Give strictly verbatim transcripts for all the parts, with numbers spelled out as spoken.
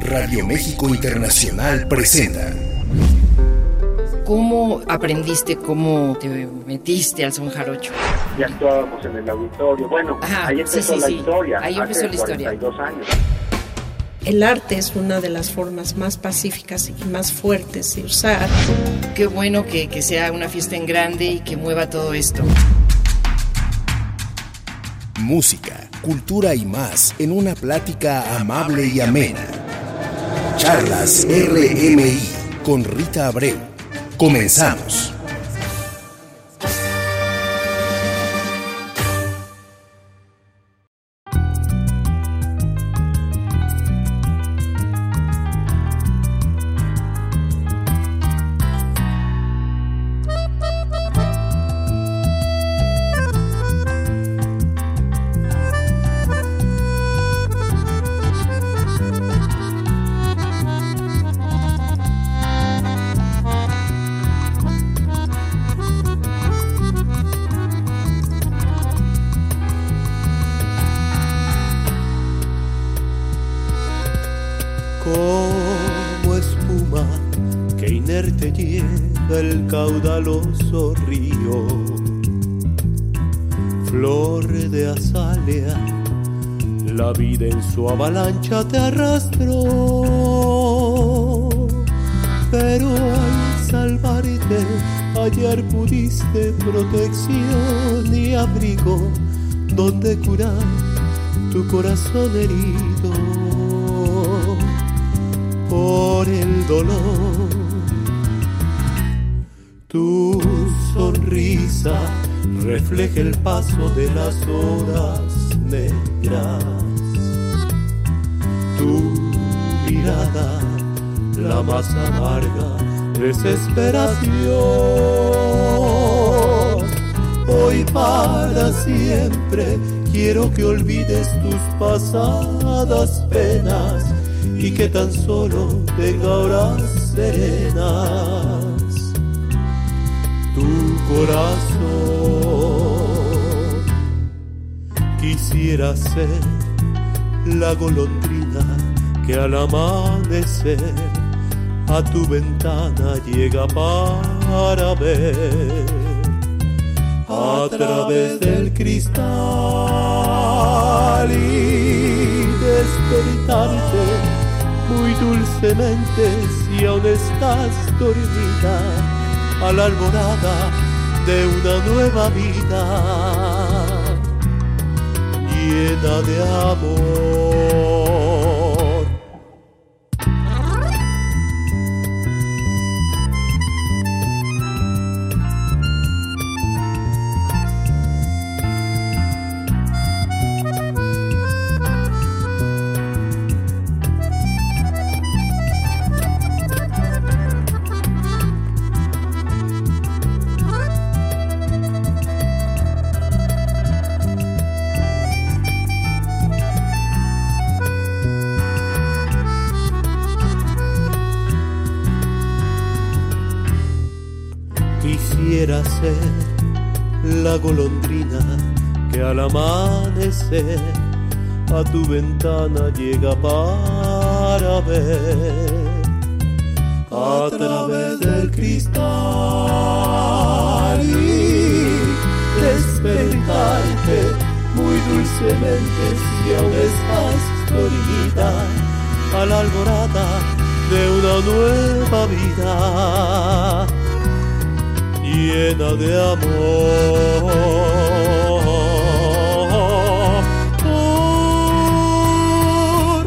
Radio México Internacional presenta. ¿Cómo aprendiste, cómo te metiste al son jarocho? Ya actuábamos en el auditorio. Bueno, Ajá, ahí empezó sí, sí, la sí. historia. Ahí empezó hace la historia. cuarenta y dos años. El arte es una de las formas más pacíficas y más fuertes de usar. Qué bueno que, que sea una fiesta en grande y que mueva todo esto. Música, cultura y más en una plática amable y amena. Charlas R M I con Rita Abreu. Comenzamos. Como espuma que inerte lleva el caudaloso río, flor de azalea, la vida en su avalancha te arrastró. Pero al salvarte, hallar pudiste protección y abrigo donde curar tu corazón herido por el dolor. Tu sonrisa refleja el paso de las horas negras. Tu mirada, la más amarga desesperación. Hoy para siempre quiero que olvides tus pasadas penas y que tan solo tenga horas serenas tu corazón. Quisiera ser la golondrina que al amanecer a tu ventana llega para ver a través del cristal y despertarte muy dulcemente si aún estás dormida a la alborada de una nueva vida llena de amor. Quisiera ser la golondrina que al amanecer a tu ventana llega para ver a través del cristal y despertarte muy dulcemente si aún estás dormida a la alborada de una nueva vida llena de amor.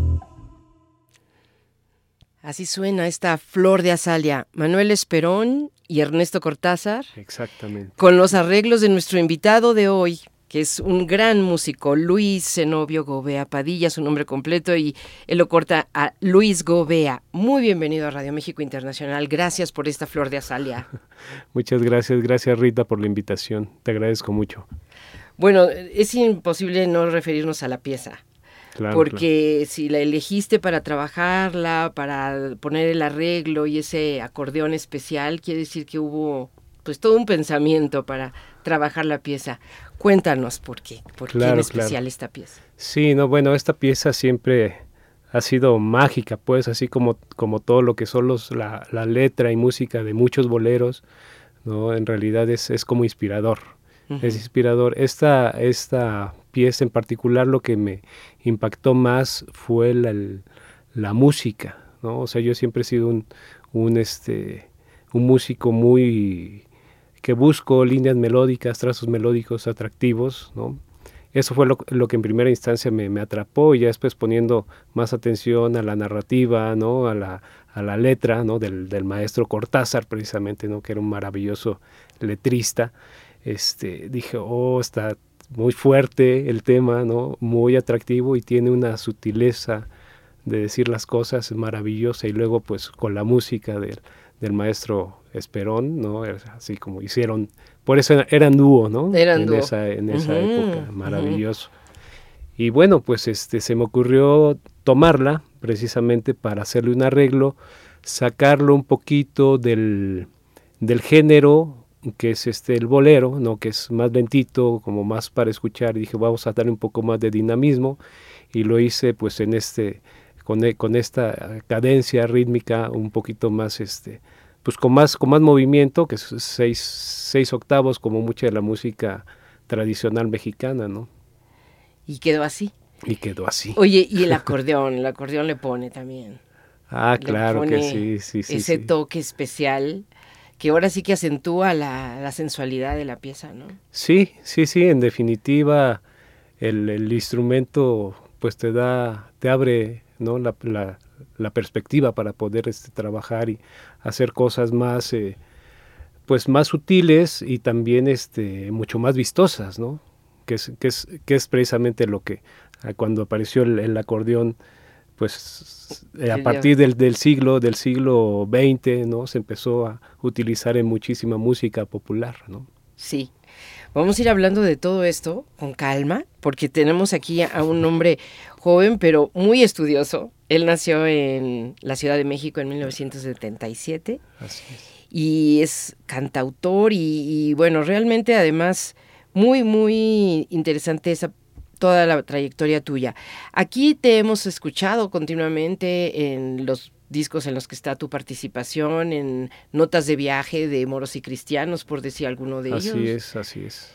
Así suena esta flor de azalea. Manuel Esperón y Ernesto Cortázar. Exactamente. Con los arreglos de nuestro invitado de hoy, que es un gran músico, Luis Zenobio Gobea Padilla, su nombre completo, y él lo corta a Luis Gobea. Muy bienvenido a Radio México Internacional. Gracias por esta flor de azalea. Muchas gracias, gracias Rita por la invitación. Te agradezco mucho. Bueno, es imposible no referirnos a la pieza. Claro, porque claro. Si la elegiste para trabajarla, para poner el arreglo y ese acordeón especial, quiere decir que hubo pues todo un pensamiento para trabajar la pieza. Cuéntanos por qué, por claro, qué en especial claro. esta pieza. Sí, no, bueno, esta pieza siempre ha sido mágica, pues, así como, como todo lo que son los, la, la letra y música de muchos boleros, ¿no? En realidad es, es como inspirador, uh-huh. es inspirador. Esta, esta pieza en particular, lo que me impactó más fue la, la música, ¿no? O sea, yo siempre he sido un, un, este, un músico muy... que busco líneas melódicas, trazos melódicos atractivos, ¿no? Eso fue lo, lo que en primera instancia me, me atrapó, y ya después poniendo más atención a la narrativa, ¿no? a, la, a la letra, ¿no? del, del maestro Cortázar, precisamente, ¿no? que era un maravilloso letrista. Este, dije, oh, está muy fuerte el tema, ¿no? muy atractivo, y tiene una sutileza de decir las cosas maravillosa, y luego pues con la música del, del maestro Esperón, ¿no? así como hicieron, por eso eran dúo, ¿no? Eran en dúo. esa, en esa uh-huh, época, maravilloso. Uh-huh. Y bueno, pues este se me ocurrió tomarla precisamente para hacerle un arreglo, sacarlo un poquito del, del género que es este el bolero, ¿no? que es más lentito, como más para escuchar, y dije, vamos a darle un poco más de dinamismo, y lo hice pues en este con, con esta cadencia rítmica un poquito más este pues con más con más movimiento, que es seis, seis octavos, como mucha de la música tradicional mexicana, ¿no? Y quedó así. Y quedó así. Oye, y el acordeón, el acordeón le pone también. Ah, le claro pone que sí, sí, sí. Ese sí. toque especial que ahora sí que acentúa la, la sensualidad de la pieza, ¿no? Sí, sí, sí, en definitiva el, el instrumento pues te da, te abre, ¿no? la, la, la perspectiva para poder este, trabajar y hacer cosas más, eh, pues más sutiles, y también este, mucho más vistosas, ¿no? Que es, que es, que es precisamente lo que cuando apareció el, el acordeón, pues eh, a partir del, del siglo del siglo veinte, ¿no? se empezó a utilizar en muchísima música popular, ¿no? Sí. Vamos a ir hablando de todo esto con calma, porque tenemos aquí a un hombre joven, pero muy estudioso. Él nació en la Ciudad de México en mil novecientos setenta y siete. Así es. Y es cantautor y, y bueno, realmente además muy, muy interesante esa toda la trayectoria tuya. Aquí te hemos escuchado continuamente en los discos en los que está tu participación, en Notas de Viaje de Moros y Cristianos, por decir alguno de así ellos. Así es, así es.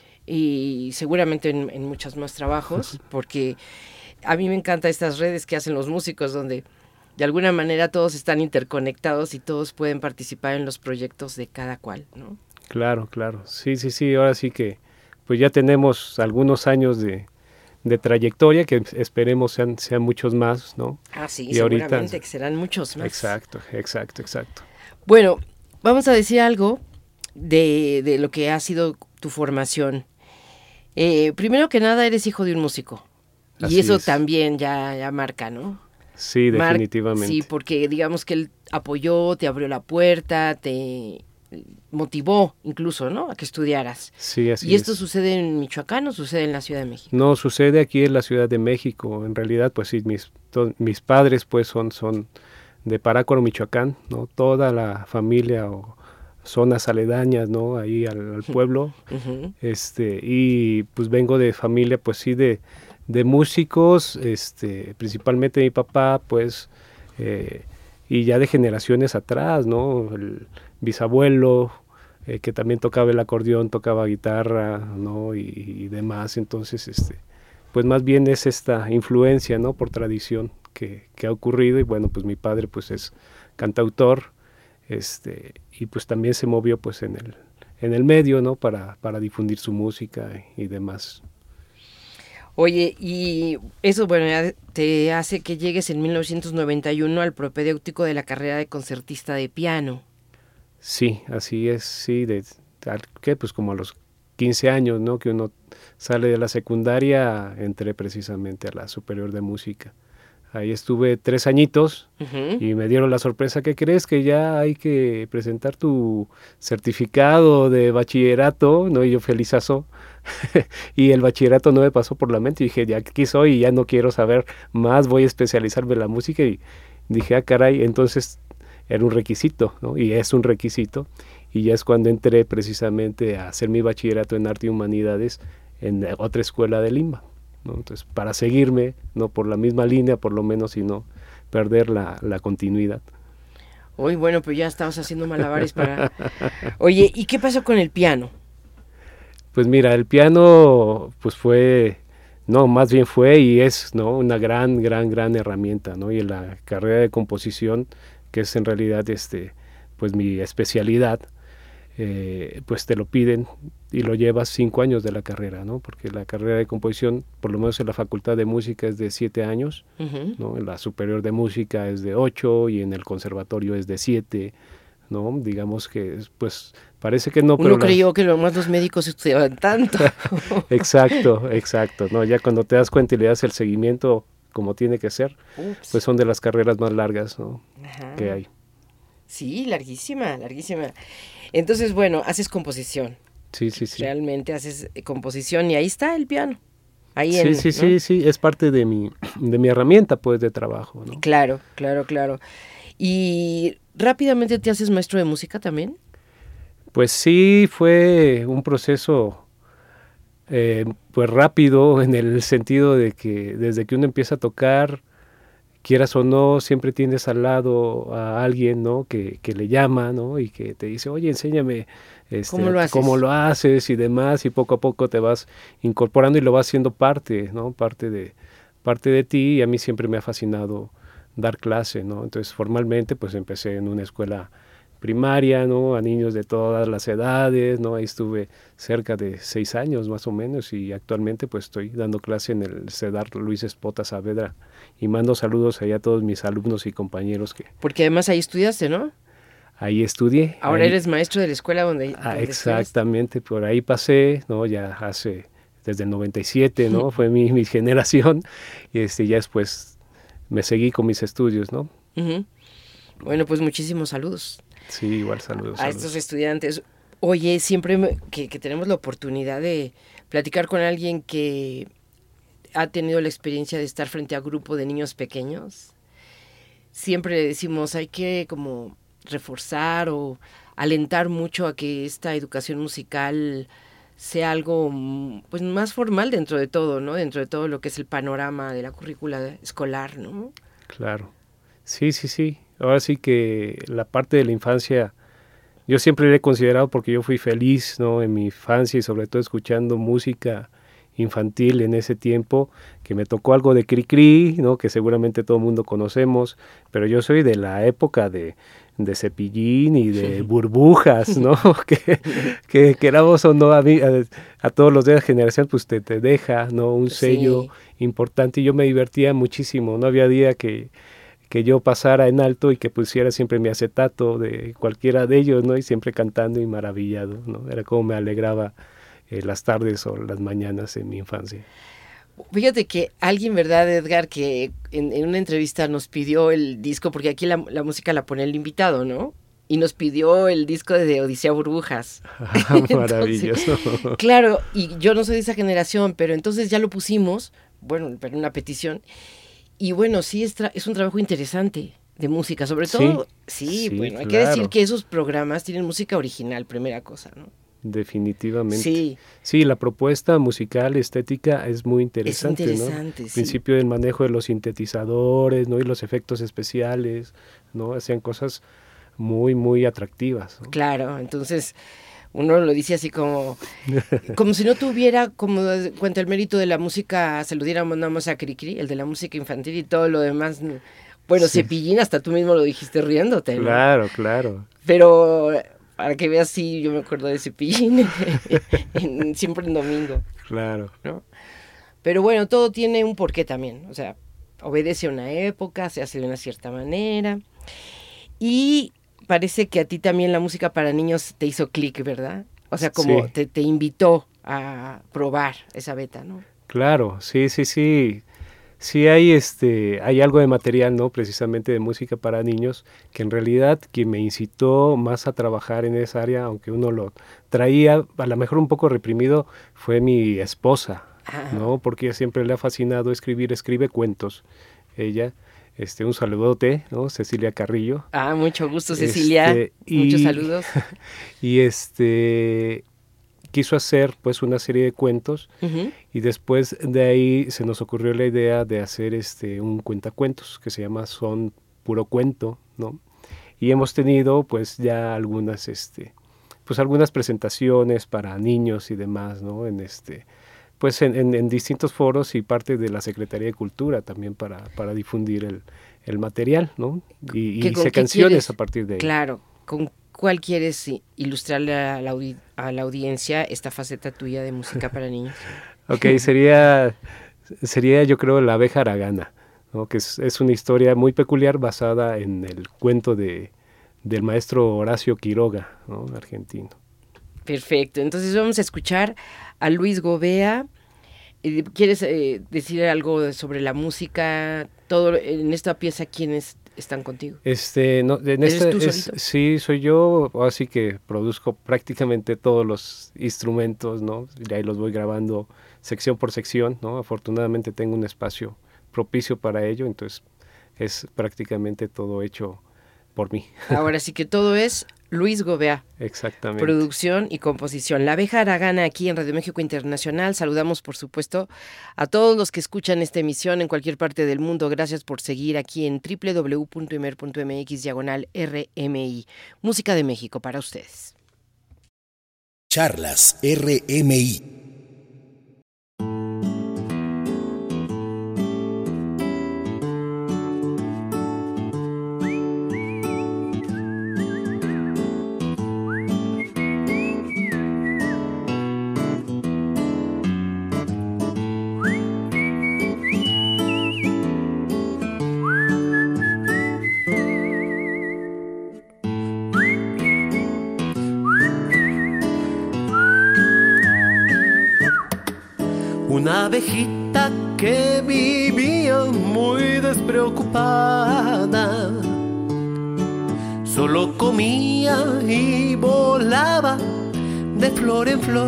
Y seguramente en, en muchos más trabajos, porque a mí me encantan estas redes que hacen los músicos, donde de alguna manera todos están interconectados y todos pueden participar en los proyectos de cada cual, ¿no? Claro, claro. Sí, sí, sí. Ahora sí que pues ya tenemos algunos años de, de trayectoria, que esperemos sean, sean muchos más, ¿no? Ah, sí, y seguramente ahorita, que serán muchos más. Exacto, exacto, exacto. Bueno, vamos a decir algo de, de lo que ha sido tu formación. Eh, primero que nada, eres hijo de un músico. Así y eso es. también ya, ya marca, ¿no? Sí, Mar- definitivamente. Sí, porque digamos que él apoyó, te abrió la puerta, te motivó incluso, ¿no? A que estudiaras. Sí, así ¿Y esto es. sucede en Michoacán o sucede en la Ciudad de México? No, sucede aquí en la Ciudad de México. En realidad, pues sí, mis, to, mis padres pues son, son de Parácuaro, Michoacán, ¿no? Toda la familia o zonas aledañas, ¿no? Ahí al, al pueblo. Uh-huh. Este, y pues vengo de familia, pues sí, de, de músicos, este, principalmente mi papá, pues, eh, y ya de generaciones atrás, ¿no? El bisabuelo, eh, que también tocaba el acordeón, tocaba guitarra, ¿no? Y, y demás. Entonces, este, pues más bien es esta influencia, ¿no? Por tradición que, que ha ocurrido. Y bueno, pues mi padre, pues es cantautor, este, y pues también se movió, pues, en el, en el medio, ¿no? Para, para difundir su música y, y demás. Oye, y eso, bueno, ya te hace que llegues en mil novecientos noventa y uno al propedéutico de la carrera de concertista de piano. Sí, así es, sí, de, de ¿qué? Pues como a los quince años, ¿no? Que uno sale de la secundaria, entré precisamente a la superior de música. Ahí estuve tres añitos uh-huh. y me dieron la sorpresa, ¿qué crees? Que ya hay que presentar tu certificado de bachillerato, ¿no? Y yo felizazo. Y el bachillerato no me pasó por la mente y dije, ya aquí soy y ya no quiero saber más, voy a especializarme en la música. Y dije, ah, caray, entonces era un requisito, ¿no? Y es un requisito. Y ya es cuando entré precisamente a hacer mi bachillerato en Arte y Humanidades en otra escuela de Lima, ¿no? Entonces, para seguirme, no por la misma línea, por lo menos, sino perder la, la continuidad. Uy, bueno, pues ya estabas haciendo malabares para... Oye, ¿y qué pasó con el piano? Pues mira, el piano pues fue, no, más bien fue y es, ¿no?, una gran, gran, gran herramienta, ¿no? Y en la carrera de composición, que es en realidad este, pues mi especialidad, eh, pues te lo piden y lo llevas cinco años de la carrera, ¿no? Porque la carrera de composición, por lo menos en la Facultad de Música, es de siete años, uh-huh. ¿no? En la Superior de Música es de ocho y en el Conservatorio es de siete, ¿no? Digamos que, pues, parece que no, Uno pero... Uno creyó las... que nomás los médicos estudiaban tanto. Exacto, exacto, ¿no? Ya cuando te das cuenta y le das el seguimiento como tiene que ser, Ups. pues son de las carreras más largas, ¿no? Ajá. que hay. Sí, larguísima, larguísima. Entonces, bueno, haces composición. Sí, sí, sí. Realmente haces composición y ahí está el piano. Ahí sí, en, sí, ¿no? sí, sí, es parte de mi, de mi herramienta, pues, de trabajo, ¿no? Claro, claro, claro. ¿Y rápidamente te haces maestro de música también? Pues sí, fue un proceso eh, pues rápido, en el sentido de que desde que uno empieza a tocar, quieras o no, siempre tienes al lado a alguien, ¿no?, que, que le llama, ¿no?, y que te dice, oye, enséñame este, ¿Cómo lo haces? cómo lo haces y demás, y poco a poco te vas incorporando y lo vas haciendo parte, ¿no?, parte de, parte de ti, y a mí siempre me ha fascinado dar clase, ¿no? Entonces, formalmente, pues empecé en una escuela primaria, ¿no?, a niños de todas las edades, ¿no? Ahí estuve cerca de seis años más o menos, y actualmente pues estoy dando clase en el CEDAR Luis Espota Saavedra, y mando saludos allá a todos mis alumnos y compañeros que... Porque además ahí estudiaste, ¿no? Ahí estudié. Ahora ahí, eres maestro de la escuela donde... ah, donde exactamente, estudiaste. Por ahí pasé, ¿no? Ya hace, desde el noventa y siete, ¿no? Fue mi, mi generación, y este, ya después me seguí con mis estudios, ¿no? Uh-huh. Bueno, pues muchísimos saludos. Sí, igual saludos. A saludos. estos estudiantes. Oye, siempre me, que, que tenemos la oportunidad de platicar con alguien que ha tenido la experiencia de estar frente a un grupo de niños pequeños, siempre decimos hay que como reforzar o alentar mucho a que esta educación musical sea algo pues más formal dentro de todo, ¿no? Dentro de todo lo que es el panorama de la currícula escolar, ¿no? Claro. Sí, sí, sí. Ahora sí que la parte de la infancia, yo siempre la he considerado porque yo fui feliz, ¿no?, en mi infancia y sobre todo escuchando música infantil en ese tiempo, que me tocó algo de Cricri, ¿no?, que seguramente todo el mundo conocemos, pero yo soy de la época de, de Cepillín y de Burbujas, ¿no? que, que queramos o no, a, mí, a, a todos los de la generación, pues te, te deja, ¿no?, un sello sí. importante, y yo me divertía muchísimo, no había día que... que yo pasara en alto y que pusiera siempre mi acetato de cualquiera de ellos, ¿no? Y siempre cantando y maravillado, ¿no? Era como me alegraba eh, las tardes o las mañanas en mi infancia. Fíjate que alguien, ¿verdad, Edgar? Que en, en una entrevista nos pidió el disco, porque aquí la, la música la pone el invitado, ¿no? Y nos pidió el disco de Odisea Burbujas. Maravilloso. Entonces, claro, y yo no soy de esa generación, pero entonces ya lo pusimos, bueno, pero una petición. Y bueno, sí, es, tra- es un trabajo interesante de música, sobre todo, sí, sí, sí bueno, hay claro. que decir que esos programas tienen música original, primera cosa, ¿no? Definitivamente. Sí. Sí, la propuesta musical, estética es muy interesante, es interesante, ¿no? sí. El principio del manejo de los sintetizadores, ¿no? Y los efectos especiales, ¿no? Hacían cosas muy, muy atractivas, ¿no? Claro, entonces... uno lo dice así como, como si no tuviera, como cuenta el mérito de la música, se lo diéramos nada más a Cricri, el de la música infantil y todo lo demás. Bueno, sí. Cepillín, hasta tú mismo lo dijiste riéndote, ¿no? Claro, claro. Pero para que veas, sí, yo me acuerdo de Cepillín, en, en, siempre en domingo. Claro. ¿No? Pero bueno, todo tiene un porqué también, o sea, obedece a una época, se hace de una cierta manera. Y... parece que a ti también la música para niños te hizo clic, ¿verdad? O sea, como sí. te, te invitó a probar esa beta, ¿no? Claro, sí, sí, sí. Sí hay, este, hay algo de material, ¿no? Precisamente de música para niños, que en realidad quien me incitó más a trabajar en esa área, aunque uno lo traía a lo mejor un poco reprimido, fue mi esposa, ah. ¿no? Porque ella siempre le ha fascinado escribir, escribe cuentos, ella... Este, un saludote, ¿no? Cecilia Carrillo. Ah, mucho gusto, Cecilia. Este, y, Muchos saludos. Y este, quiso hacer pues una serie de cuentos uh-huh. y después de ahí se nos ocurrió la idea de hacer este un cuentacuentos que se llama Son Puro Cuento, ¿no? Y hemos tenido pues ya algunas este pues algunas presentaciones para niños y demás, ¿no? En este pues en, en, en distintos foros y parte de la Secretaría de Cultura también para, para difundir el, el material, ¿no? Y, y hice canciones quieres, a partir de ahí. Claro, ¿con cuál quieres ilustrarle a la, audi- a la audiencia esta faceta tuya de música para niños? Ok, sería, sería yo creo La Abeja Haragana, ¿no? Que es, es una historia muy peculiar basada en el cuento de, del maestro Horacio Quiroga, ¿no? Argentino. Perfecto, entonces vamos a escuchar a Luis Gobea. ¿Quieres eh, decir algo sobre la música? Todo en esta pieza, ¿quiénes están contigo? Este, no, en esta es, sí, soy yo, así que produzco prácticamente todos los instrumentos, ¿no? Y ahí los voy grabando sección por sección, ¿no? Afortunadamente tengo un espacio propicio para ello, entonces es prácticamente todo hecho por mí. Ahora sí que todo es Luis Gobea. Exactamente. Producción y composición. La Abeja Haragana aquí en Radio México Internacional. Saludamos, por supuesto, a todos los que escuchan esta emisión en cualquier parte del mundo. Gracias por seguir aquí en doble u doble u doble u punto imer punto eme equis diagonal R M I. Música de México para ustedes. Charlas R M I. Una abejita que vivía muy despreocupada, solo comía y volaba de flor en flor.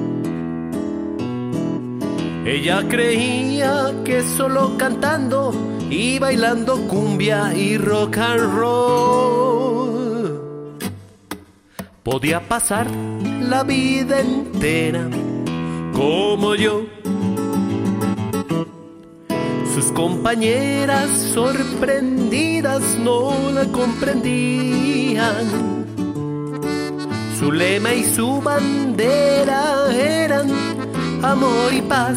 Ella creía que solo cantando y bailando cumbia y rock and roll podía pasar la vida entera como yo. Sus compañeras sorprendidas no la comprendían. Su lema y su bandera eran amor y paz.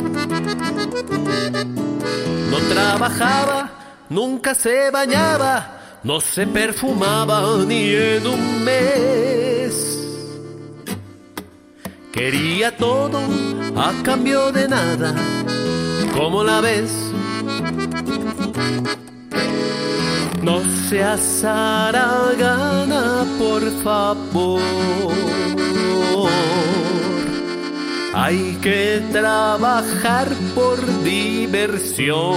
No trabajaba, nunca se bañaba, no se perfumaba ni en un mes. Quería todo a cambio de nada. ¿Cómo la ves? No seas haragana, por favor. Hay que trabajar por diversión.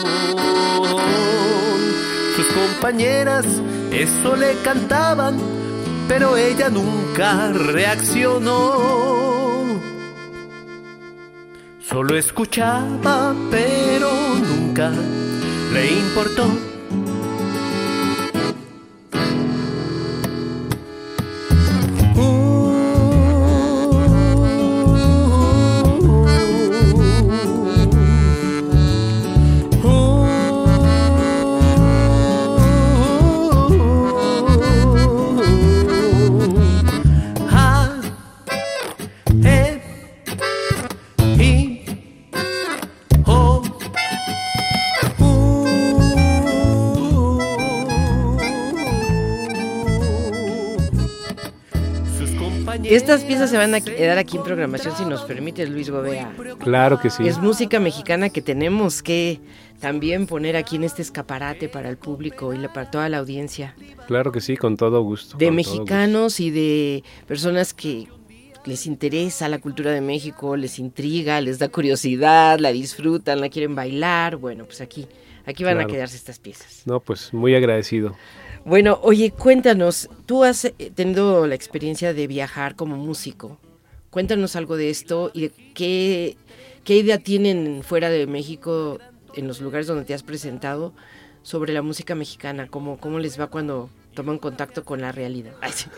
Sus compañeras eso le cantaban, pero ella nunca reaccionó. Solo escuchaba, pero nunca le importó. Estas piezas se van a quedar aquí en programación si nos permites, Luis Gobea. Claro que sí. Es música mexicana que tenemos que también poner aquí en este escaparate para el público y para toda la audiencia. Claro que sí, con todo gusto. De mexicanos gusto. Y de personas que les interesa la cultura de México, les intriga, les da curiosidad, la disfrutan, la quieren bailar. Bueno, pues aquí, aquí van claro. a quedarse estas piezas. No, pues muy agradecido. Bueno, oye, cuéntanos, tú has tenido la experiencia de viajar como músico. Cuéntanos algo de esto y de qué, qué idea tienen fuera de México en los lugares donde te has presentado sobre la música mexicana, cómo, cómo les va cuando toman contacto con la realidad. Ay, sí.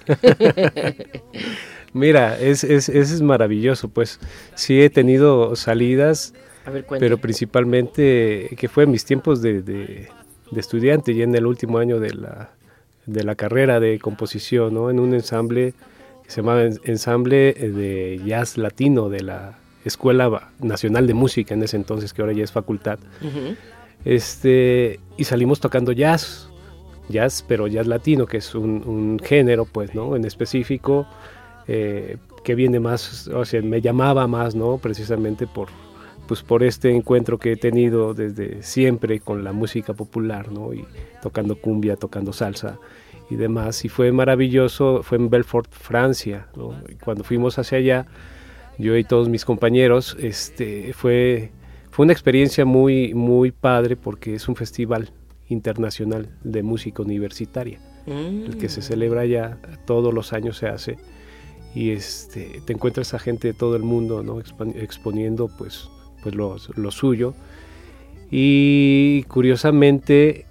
Mira, es, es, es maravilloso, pues sí he tenido salidas, A ver, cuéntame. pero principalmente que fue en mis tiempos de, de, de estudiante, y en el último año de la, de la carrera de composición, ¿no? En un ensamble que se llamaba Ensamble de Jazz Latino de la Escuela Nacional de Música en ese entonces, que ahora ya es facultad. Uh-huh. Este, y salimos tocando jazz, jazz, pero jazz latino, que es un, un género, pues, ¿no? En específico, eh, que viene más, o sea, me llamaba más, ¿no? Precisamente por, pues, por este encuentro que he tenido desde siempre con la música popular, ¿no? Y tocando cumbia, tocando salsa y demás. Y fue maravilloso, fue en Belfort, Francia, ¿no? Y cuando fuimos hacia allá, yo y todos mis compañeros, este, fue... Fue una experiencia muy, muy padre porque es un festival internacional de música universitaria, mm. el que se celebra ya todos los años se hace, y este, te encuentras a gente de todo el mundo, ¿no? exponiendo pues, pues lo, lo suyo, y curiosamente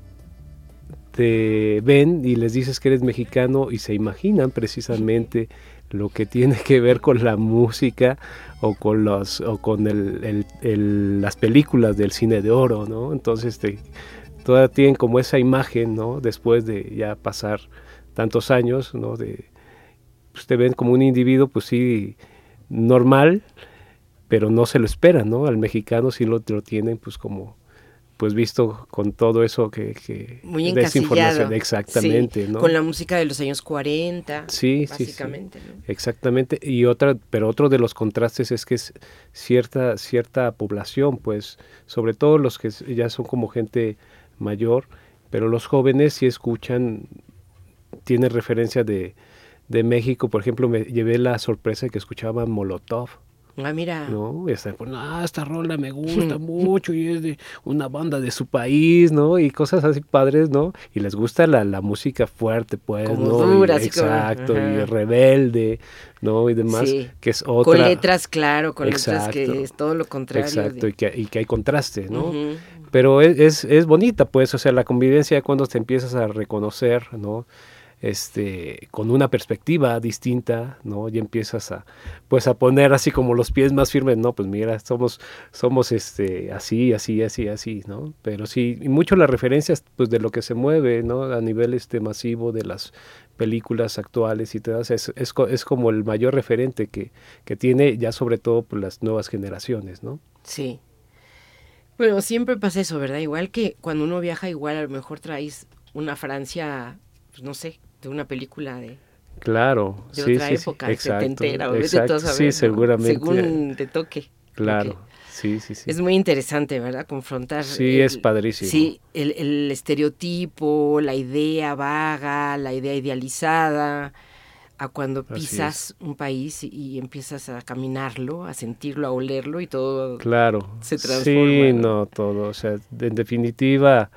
te ven y les dices que eres mexicano y se imaginan precisamente lo que tiene que ver con la música o con los o con el, el, el, las películas del cine de oro, ¿no? Entonces te, todavía tienen como esa imagen, ¿no? Después de ya pasar tantos años, ¿no? De, pues te ven como un individuo, pues sí, normal, pero no se lo esperan, ¿no? Al mexicano sí lo, lo tienen pues como pues visto con todo eso que, que muy encasillado, exactamente, sí, ¿no? Con la música de los años cuarenta, sí, básicamente, sí, sí. ¿no? Exactamente, y otra, pero otro de los contrastes es que es cierta cierta población, pues, sobre todo los que ya son como gente mayor, pero los jóvenes sí escuchan, tienen referencia de, de México. Por ejemplo, me llevé la sorpresa de que escuchaban Molotov. Ah, mira. ¿No? Y hasta, pues, ah, esta rola me gusta mucho y es de una banda de su país, ¿no? Y cosas así padres, ¿no? Y les gusta la, la música fuerte, pues, como ¿no? dura, y, así exacto, como, y rebelde, ¿no? Y demás, sí. Que es otra... Con letras, claro, con exacto, letras que es todo lo contrario. Exacto, de... y, que, y que hay contraste, ¿no? Uh-huh. Pero es, es, es bonita, pues, o sea, la convivencia cuando te empiezas a reconocer, ¿no? Este, con una perspectiva distinta, ¿no? Y empiezas a, pues, a poner así como los pies más firmes, no, pues mira, somos, somos este, así, así, así, así, ¿no? Pero sí, y mucho las referencias, pues, de lo que se mueve, ¿no? A nivel este masivo de las películas actuales y todas, es, es, es como el mayor referente que, que tiene ya sobre todo por las nuevas generaciones, ¿no? Sí. Bueno, siempre pasa eso, ¿verdad? Igual que cuando uno viaja, igual a lo mejor traes una Francia, pues no sé, de una película de, claro, de sí, otra sí, época, sí, exacto, setentera, o exacto, de saber, sí, ¿no? seguramente. Según te toque. Claro, toque. sí, sí, sí. Es muy interesante, ¿verdad? Confrontar. Sí, el, es padrísimo. Sí, el, el estereotipo, la idea vaga, la idea idealizada, a cuando pisas un país y, y empiezas a caminarlo, a sentirlo, a olerlo y todo claro, se transforma. Sí, ¿no? no, todo, o sea, en definitiva...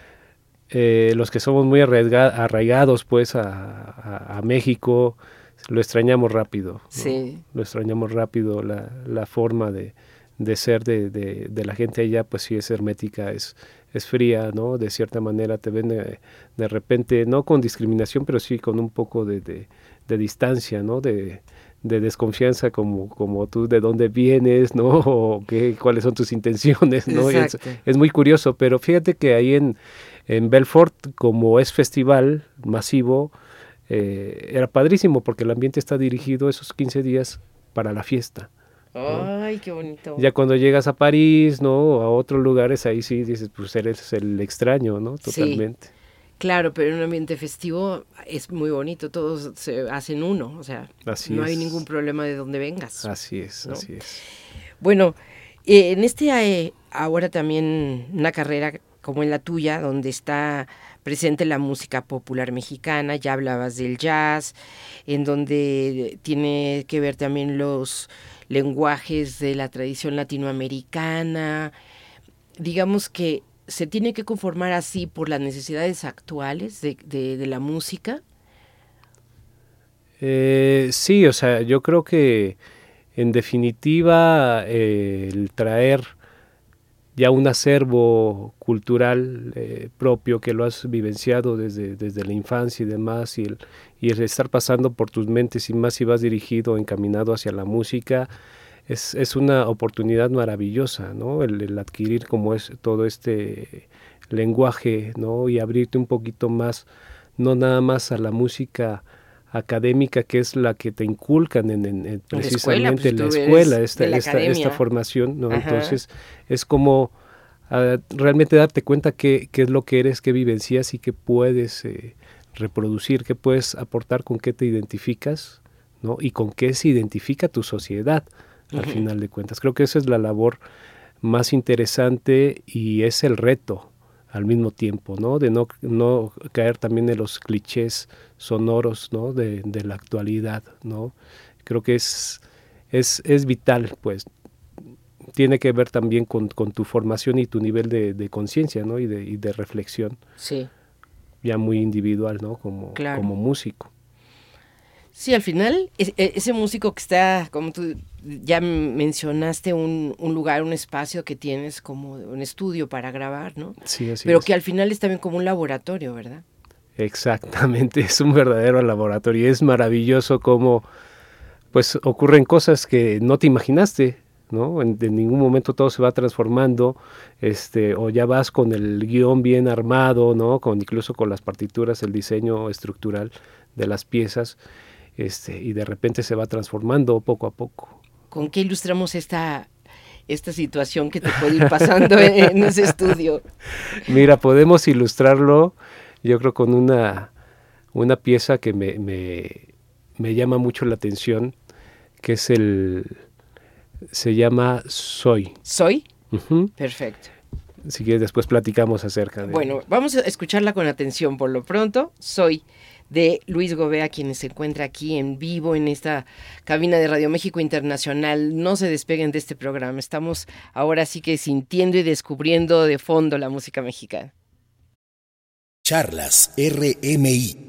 Eh, los que somos muy arraiga, arraigados pues a, a, a México, lo extrañamos rápido, ¿no? Sí. Lo extrañamos rápido, la, la forma de, de ser de, de, de la gente allá, pues sí es hermética, es, es fría, ¿no? De cierta manera te ven de, de repente, no con discriminación, pero sí con un poco de, de, de distancia, ¿no? De, de desconfianza, como, como tú de dónde vienes, ¿no? O qué, cuáles son tus intenciones, ¿no? Es, es muy curioso, pero fíjate que ahí en En Belfort, como es festival masivo, eh, era padrísimo porque el ambiente está dirigido esos quince días para la fiesta, ¿no? Ay, qué bonito. Ya cuando llegas a París, ¿no? O a otros lugares, ahí sí dices, pues eres el extraño, ¿no? Totalmente. Sí, claro, pero en un ambiente festivo es muy bonito, todos se hacen uno, o sea, así no es. hay ningún problema de dónde vengas. Así es, ¿no? así es. Bueno, eh, en este eh, ahora también una carrera como en la tuya, donde está presente la música popular mexicana, ya hablabas del jazz, en donde tiene que ver también los lenguajes de la tradición latinoamericana. Digamos que se tiene que conformar así por las necesidades actuales de, de, de la música. Eh, sí, o sea, yo creo que en definitiva eh, el traer ya un acervo cultural eh, propio que lo has vivenciado desde, desde la infancia y demás, y el, y el estar pasando por tus mentes y más si vas dirigido, encaminado hacia la música, es, es una oportunidad maravillosa, ¿no? El, el adquirir como es todo este lenguaje, ¿no? Y abrirte un poquito más, no nada más a la música académica, que es la que te inculcan en, en, en precisamente en la escuela, pues, la escuela esta, la esta, esta formación, ¿no? Entonces es como uh, realmente darte cuenta qué es lo que eres, qué vivencias y qué puedes eh, reproducir, qué puedes aportar, con qué te identificas, ¿no? Y con qué se identifica tu sociedad al uh-huh. final de cuentas. Creo que esa es la labor más interesante y es el reto al mismo tiempo, ¿no? De no, no caer también en los clichés sonoros, ¿no? De, de la actualidad, ¿no? Creo que es, es, es vital, pues. Tiene que ver también con, con tu formación y tu nivel de, de conciencia, ¿no? Y de, y de reflexión. Sí. Ya muy individual, ¿no? Como, claro. como músico. Sí, al final, ese músico que está, como tú ya mencionaste, un, un lugar, un espacio que tienes como un estudio para grabar, ¿no? Sí, así Pero es. que al final es también como un laboratorio, ¿verdad? Exactamente, es un verdadero laboratorio. Es maravilloso cómo, pues, ocurren cosas que no te imaginaste, ¿no? En, en ningún momento todo se va transformando, este, o ya vas con el guión bien armado, ¿no? Con, incluso con las partituras, el diseño estructural de las piezas. Este, y de repente se va transformando poco a poco. ¿Con qué ilustramos esta, esta situación que te puede ir pasando en, en ese estudio? Mira, podemos ilustrarlo, yo creo, con una, una pieza que me, me, me llama mucho la atención, que es el, se llama Soy. ¿Soy? Uh-huh. Perfecto. Si quieres después platicamos acerca de... Bueno, vamos a escucharla con atención por lo pronto. Soy, de Luis Gobea, quien se encuentra aquí en vivo en esta cabina de Radio México Internacional. No se despeguen de este programa. Estamos ahora sí que sintiendo y descubriendo de fondo la música mexicana. Charlas R M I.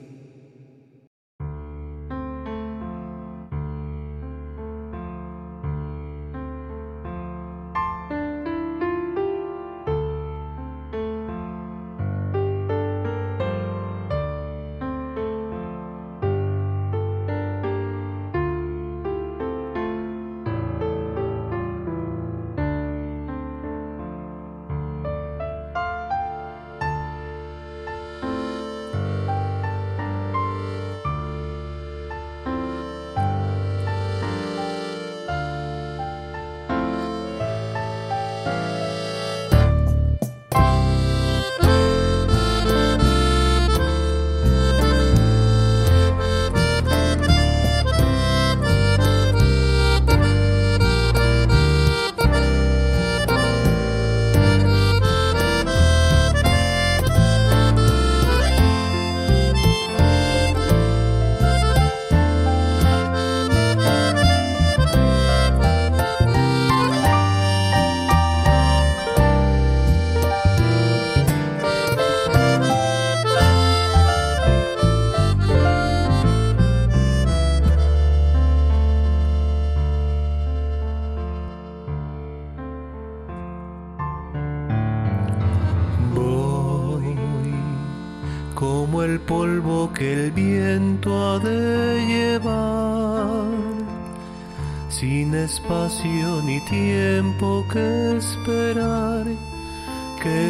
El polvo que el viento ha de llevar, sin espacio ni tiempo que esperar, que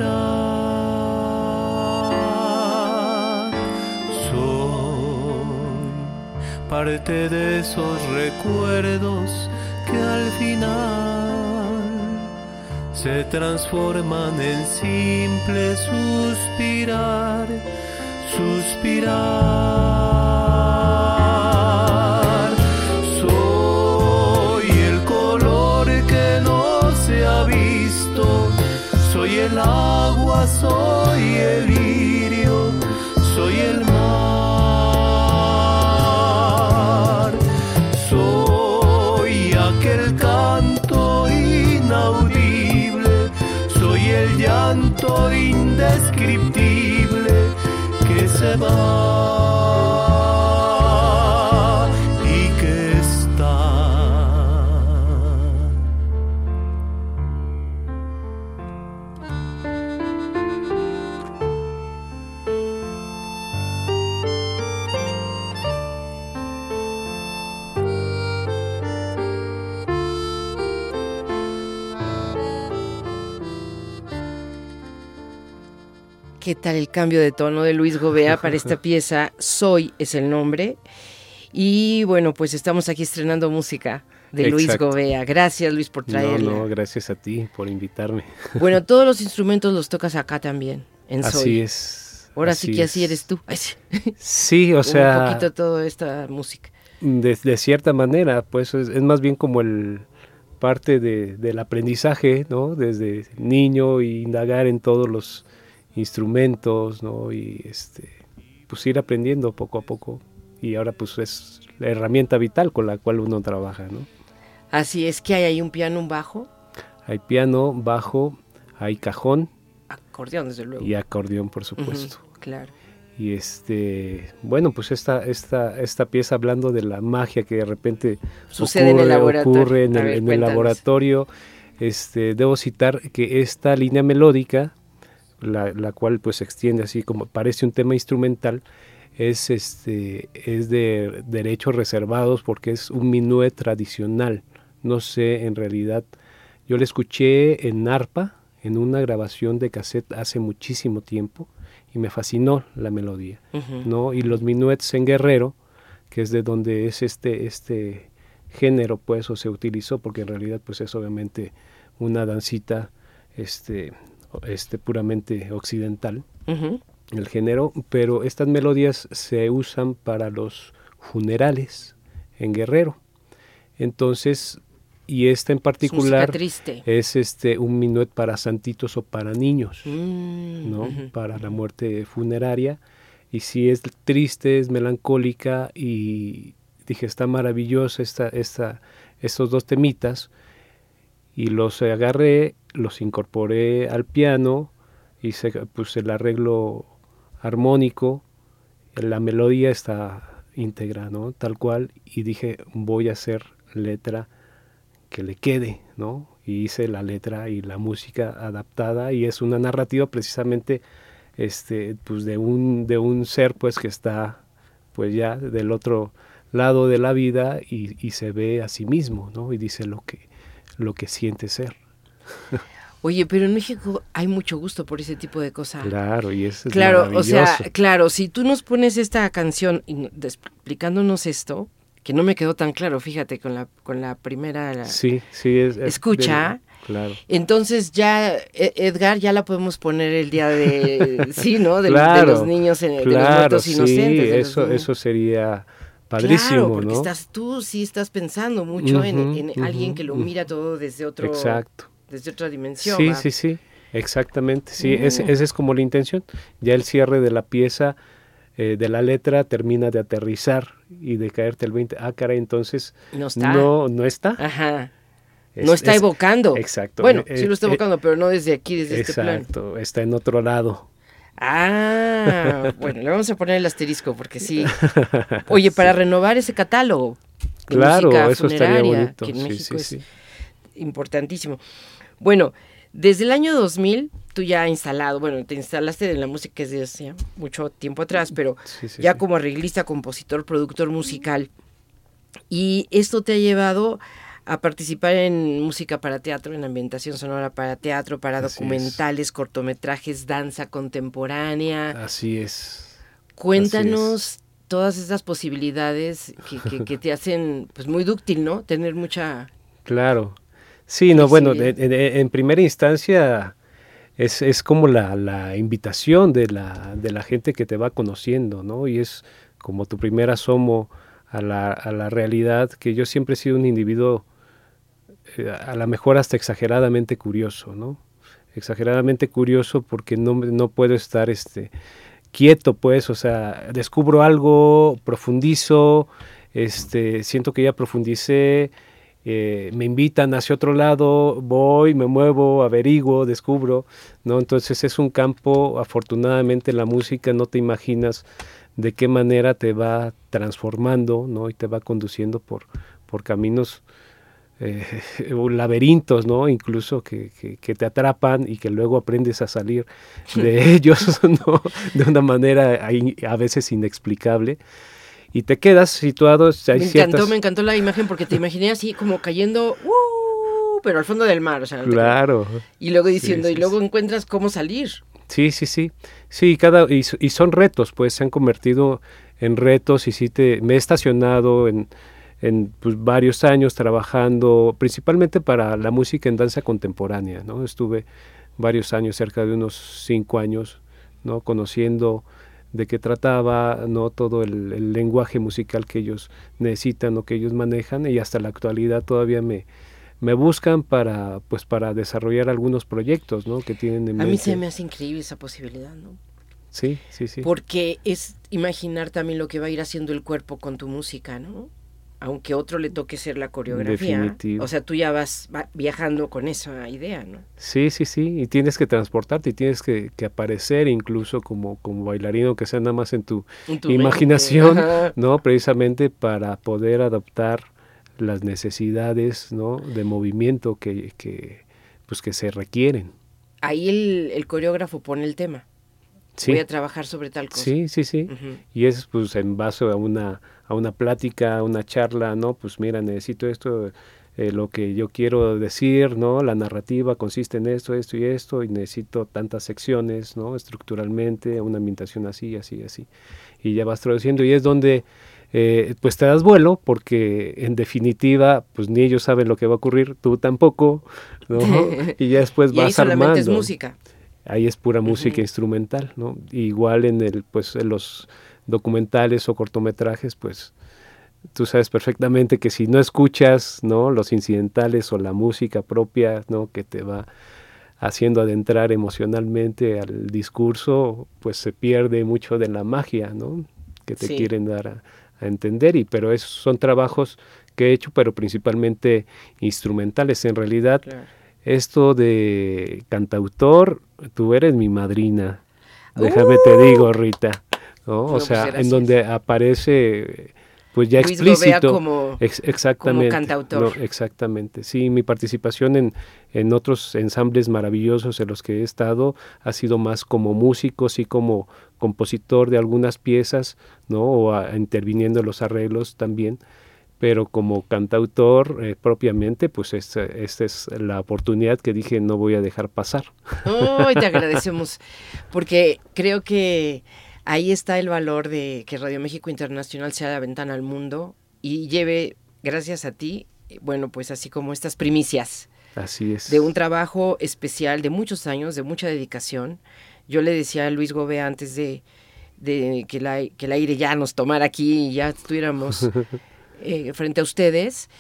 esperar. Soy parte de esos recuerdos que al final se transforman en simple suspirar. Suspirar. Soy el color que no se ha visto, soy el agua, soy el lirio, soy el mar, soy aquel canto inaudible, soy el llanto indescriptible que se va y que está. ¿Qué tal el cambio de tono de Luis Gobea para esta pieza? Soy es el nombre. Y bueno, pues estamos aquí estrenando música de Exacto. Luis Gobea. Gracias, Luis, por traerla. No, no, gracias a ti por invitarme. Bueno, todos los instrumentos los tocas acá también, en Soy. Así es. Ahora así sí que es. así eres tú. Sí, o sea... Un poquito toda esta música. De, de cierta manera, pues es, es más bien como el parte de, del aprendizaje, ¿no? Desde niño y indagar en todos los instrumentos, ¿no? Y este, pues ir aprendiendo poco a poco. Y ahora pues es la herramienta vital con la cual uno trabaja, ¿no? Así es. Que hay ahí un piano, un bajo. Hay piano, bajo, hay cajón. Acordeón, desde luego. Y acordeón, por supuesto. Uh-huh, claro. Y este, bueno, pues esta, esta, esta pieza hablando de la magia que de repente sucede ocurre, en el laboratorio. Ocurre en, el, ver, en el laboratorio. Este, debo citar que esta línea melódica, la, la cual pues se extiende así como parece un tema instrumental, es este es de derechos reservados porque es un minué tradicional. No sé, en realidad, yo la escuché en arpa, en una grabación de cassette hace muchísimo tiempo, y me fascinó la melodía, uh-huh. ¿no? Y los minuets en Guerrero, que es de donde es este, este género, pues, o se utilizó, porque en realidad, pues, es obviamente una dancita, este, este puramente occidental, uh-huh. el género, pero estas melodías se usan para los funerales en Guerrero. Entonces, y esta en particular es, es este un minuet para santitos o para niños, mm, ¿no? Uh-huh. Para la muerte funeraria. Y sí es triste, es melancólica, y dije, está maravillosa esta, esta, estos dos temitas, y los agarré, los incorporé al piano, hice pues el arreglo armónico, la melodía está íntegra, ¿no? Tal cual, y dije, voy a hacer letra que le quede, ¿no? Y hice la letra y la música adaptada, y es una narrativa precisamente este pues de un de un ser pues que está pues ya del otro lado de la vida, y, y se ve a sí mismo, ¿no? Y dice lo que lo que siente ser. Oye, pero en México hay mucho gusto por ese tipo de cosas. Claro, y eso es claro, maravilloso. O sea, claro, si tú nos pones esta canción y explicándonos esto, que no me quedó tan claro, fíjate, con la con la primera la sí, sí, es, es escucha, de, claro. Entonces ya, Edgar, ya la podemos poner el día de, sí, ¿no? De, claro, de los niños, en, claro, de los muertos sí, inocentes. De eso, los, eso sería padrísimo, claro, porque ¿no? estás, tú sí estás pensando mucho uh-huh, en, en uh-huh, alguien que lo uh-huh. mira todo desde otro, exacto. desde otra dimensión. Sí, ¿va? sí, sí, exactamente, sí, uh-huh. esa ese es como la intención. Ya el cierre de la pieza, eh, de la letra, termina de aterrizar y de caerte el veinte. Ah, caray, entonces no está. No, no está. Ajá. Es, no está es, evocando. Exacto. Bueno, eh, sí lo está evocando, eh, pero no desde aquí, desde exacto, este plano. Exacto, está en otro lado. Ah, bueno, le vamos a poner el asterisco porque sí. Oye, para sí. renovar ese catálogo de claro, música eso funeraria, estaría bonito. que en sí, México sí, es sí. importantísimo. Bueno, desde el año dos mil tú ya has instalado, bueno, te instalaste en la música desde hace mucho tiempo atrás, pero sí, sí, ya sí. como arreglista, compositor, productor musical. Y esto te ha llevado a participar en música para teatro, en ambientación sonora para teatro, para Así documentales, es. cortometrajes, danza contemporánea. Así es. Cuéntanos Así es. todas estas posibilidades que, que, que te hacen pues muy dúctil, ¿no? Tener mucha... Claro. Sí, no, bueno, en, en, en primera instancia es, es como la, la invitación de la, de la gente que te va conociendo, ¿no? Y es como tu primer asomo a la, a la realidad, que yo siempre he sido un individuo eh, a lo mejor hasta exageradamente curioso, ¿no? Exageradamente curioso porque no, no puedo estar este, quieto, pues, o sea, descubro algo, profundizo, este, siento que ya profundicé, eh, me invitan hacia otro lado, voy, me muevo, averiguo, descubro, ¿no? Entonces es un campo, afortunadamente la música no te imaginas de qué manera te va transformando, ¿no? Y te va conduciendo por, por caminos, eh, laberintos, ¿no? Incluso que, que, que te atrapan y que luego aprendes a salir de ellos, ¿no? De una manera a, a veces inexplicable. Y te quedas situado. Hay me encantó, ciertas... me encantó la imagen porque te imaginé así como cayendo, uh, pero al fondo del mar, o sea. Claro. Y luego diciendo, sí, sí, y luego sí. encuentras cómo salir. Sí, sí, sí. Sí, cada, y, y son retos, pues se han convertido en retos y sí te, me he estacionado en, en pues, varios años trabajando principalmente para la música en danza contemporánea, ¿no? Estuve varios años, cerca de unos cinco años, ¿no? Conociendo de qué trataba, ¿no? Todo el, el lenguaje musical que ellos necesitan o que ellos manejan, y hasta la actualidad todavía me me buscan para pues para desarrollar algunos proyectos, ¿no? Que tienen en mente. A mí se me hace increíble esa posibilidad, ¿no? Sí, sí, sí. Porque es imaginar también lo que va a ir haciendo el cuerpo con tu música, ¿no? Aunque otro le toque ser la coreografía. Definitivo. O sea, tú ya vas va viajando con esa idea, ¿no? Sí, sí, sí. Y tienes que transportarte y tienes que, que aparecer incluso como, como bailarino, que sea nada más en tu, en tu imaginación, ¿no? Precisamente para poder adaptar las necesidades, ¿no? De movimiento que, que, pues que se requieren. Ahí el, el coreógrafo pone el tema. Sí. Voy a trabajar sobre tal cosa. Sí, sí, sí. Uh-huh. Y es pues en base a una, a una plática, a una charla, ¿no? Pues mira, necesito esto, eh, lo que yo quiero decir, ¿no? La narrativa consiste en esto, esto y esto, y necesito tantas secciones, ¿no? Estructuralmente, una ambientación así, así, así. Y ya vas traduciendo, y es donde Eh, pues te das vuelo, porque en definitiva pues ni ellos saben lo que va a ocurrir, tú tampoco, ¿no? Y ya después y vas ahí solamente armando. Es música. Ahí es pura música uh-huh. instrumental, ¿no? Igual en el pues en los documentales o cortometrajes, pues tú sabes perfectamente que si no escuchas, ¿no? Los incidentales o la música propia, ¿no? Que te va haciendo adentrar emocionalmente al discurso, pues se pierde mucho de la magia, ¿no? Que te sí. quieren dar a a entender, y pero esos son trabajos que he hecho, pero principalmente instrumentales. En realidad, claro. Esto de cantautor, tú eres mi madrina, déjame uh. te digo, Rita, ¿no? O no, sea, pues en donde aparece pues ya Luis explícito, como, ex- exactamente, como cantautor. No, exactamente, sí, mi participación en, en otros ensambles maravillosos en los que he estado ha sido más como músico, sí, como compositor de algunas piezas, ¿no? O a, interviniendo en los arreglos también, pero como cantautor eh, propiamente, pues esta, esta es la oportunidad que dije no voy a dejar pasar. Oh, te agradecemos, porque creo que ahí está el valor de que Radio México Internacional sea la ventana al mundo y lleve, gracias a ti, bueno, pues así como estas primicias. Así es. De un trabajo especial de muchos años, de mucha dedicación. Yo le decía a Luis Gobea antes de, de que, la, que el aire ya nos tomara aquí y ya estuviéramos eh, frente a ustedes,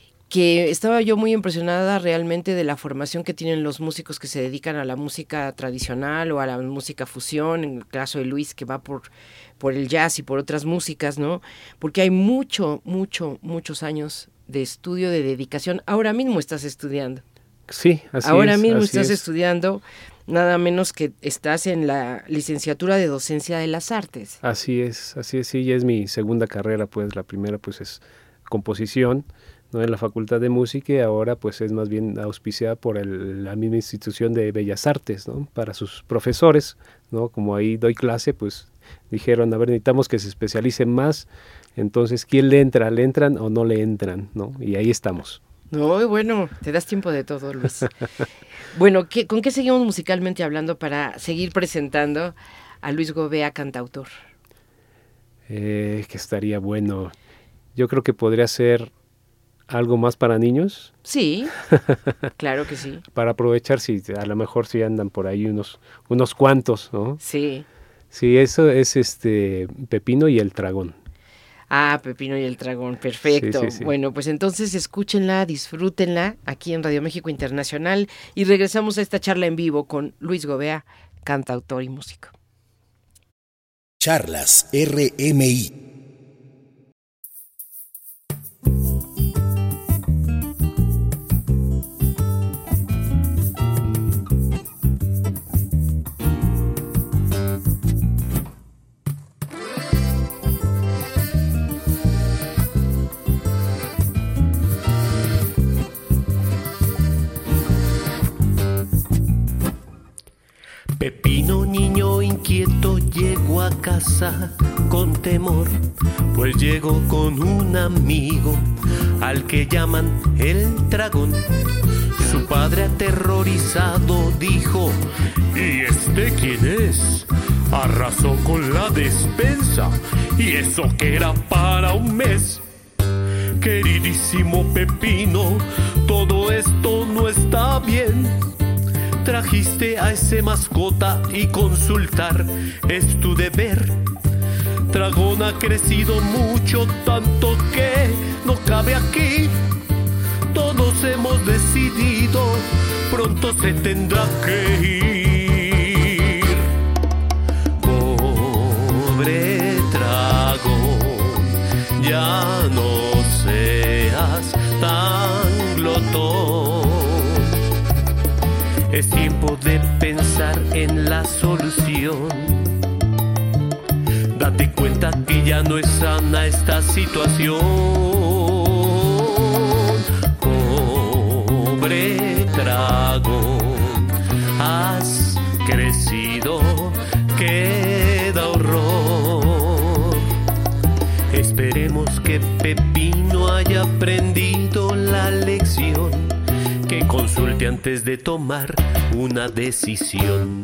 que estaba yo muy impresionada realmente de la formación que tienen los músicos que se dedican a la música tradicional o a la música fusión, en el caso de Luis, que va por, por el jazz y por otras músicas, ¿no? Porque hay mucho, mucho, muchos años de estudio, de dedicación. Ahora mismo estás estudiando. Sí, así Ahora es. mismo así estás es. estudiando, nada menos que estás en la licenciatura de Docencia de las Artes. Así es, así es, sí, ya es mi segunda carrera, pues la primera pues es composición, ¿no? En la Facultad de Música, y ahora pues es más bien auspiciada por el, la misma institución de Bellas Artes, ¿no? Para sus profesores, ¿no? Como ahí doy clase, pues dijeron, a ver, necesitamos que se especialicen más, entonces, ¿quién le entra? ¿Le entran o no le entran? ¿No? Y ahí estamos. No, bueno, te das tiempo de todo, Luis. Bueno, ¿qué, ¿con qué seguimos musicalmente hablando para seguir presentando a Luis Gobea, cantautor? Eh, que estaría bueno. Yo creo que podría ser algo más para niños. Sí, claro que sí. Para aprovechar, si a lo mejor si andan por ahí unos, unos cuantos, ¿no? Sí. Sí, eso es este Pepino y el Dragón. Ah, Pepino y el Dragón, perfecto. Sí, sí, sí. Bueno, pues entonces escúchenla, disfrútenla aquí en Radio México Internacional y regresamos a esta charla en vivo con Luis Gobea, cantautor y músico. Charlas R M I. Pepino, niño inquieto, llegó a casa con temor, pues llegó con un amigo al que llaman el dragón. Su padre aterrorizado dijo: ¿y este quién es? Arrasó con la despensa, y eso que era para un mes. Queridísimo Pepino, todo esto no está bien. Trajiste a ese mascota y consultar es tu deber. Dragón ha crecido mucho, tanto que no cabe aquí. Todos hemos decidido, pronto se tendrá que ir. Pobre dragón, ya no seas tan glotón. Es tiempo de pensar en la solución. Date cuenta que ya no es sana esta situación. Pobre dragón, has crecido, queda horror. Esperemos que Pepino haya aprendido la lección, que consulte antes de tomar una decisión.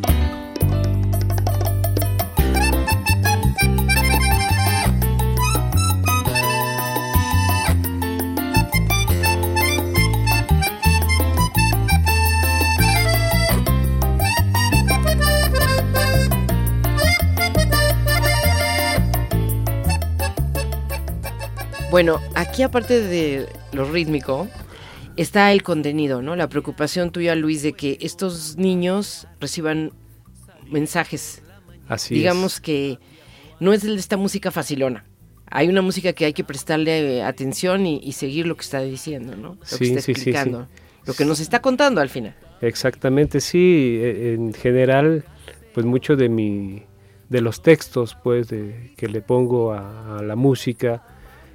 Bueno, aquí aparte de lo rítmico, está el contenido, ¿no? La preocupación tuya, Luis, de que estos niños reciban mensajes. Así Digamos es. que no es esta música facilona. Hay una música que hay que prestarle eh, atención y, y seguir lo que está diciendo, ¿no? Lo Sí, que está sí, sí, explicando. sí. Lo que nos está contando al final. Exactamente, sí. En general, pues mucho de mi, de los textos, pues, de, que le pongo a, a la música,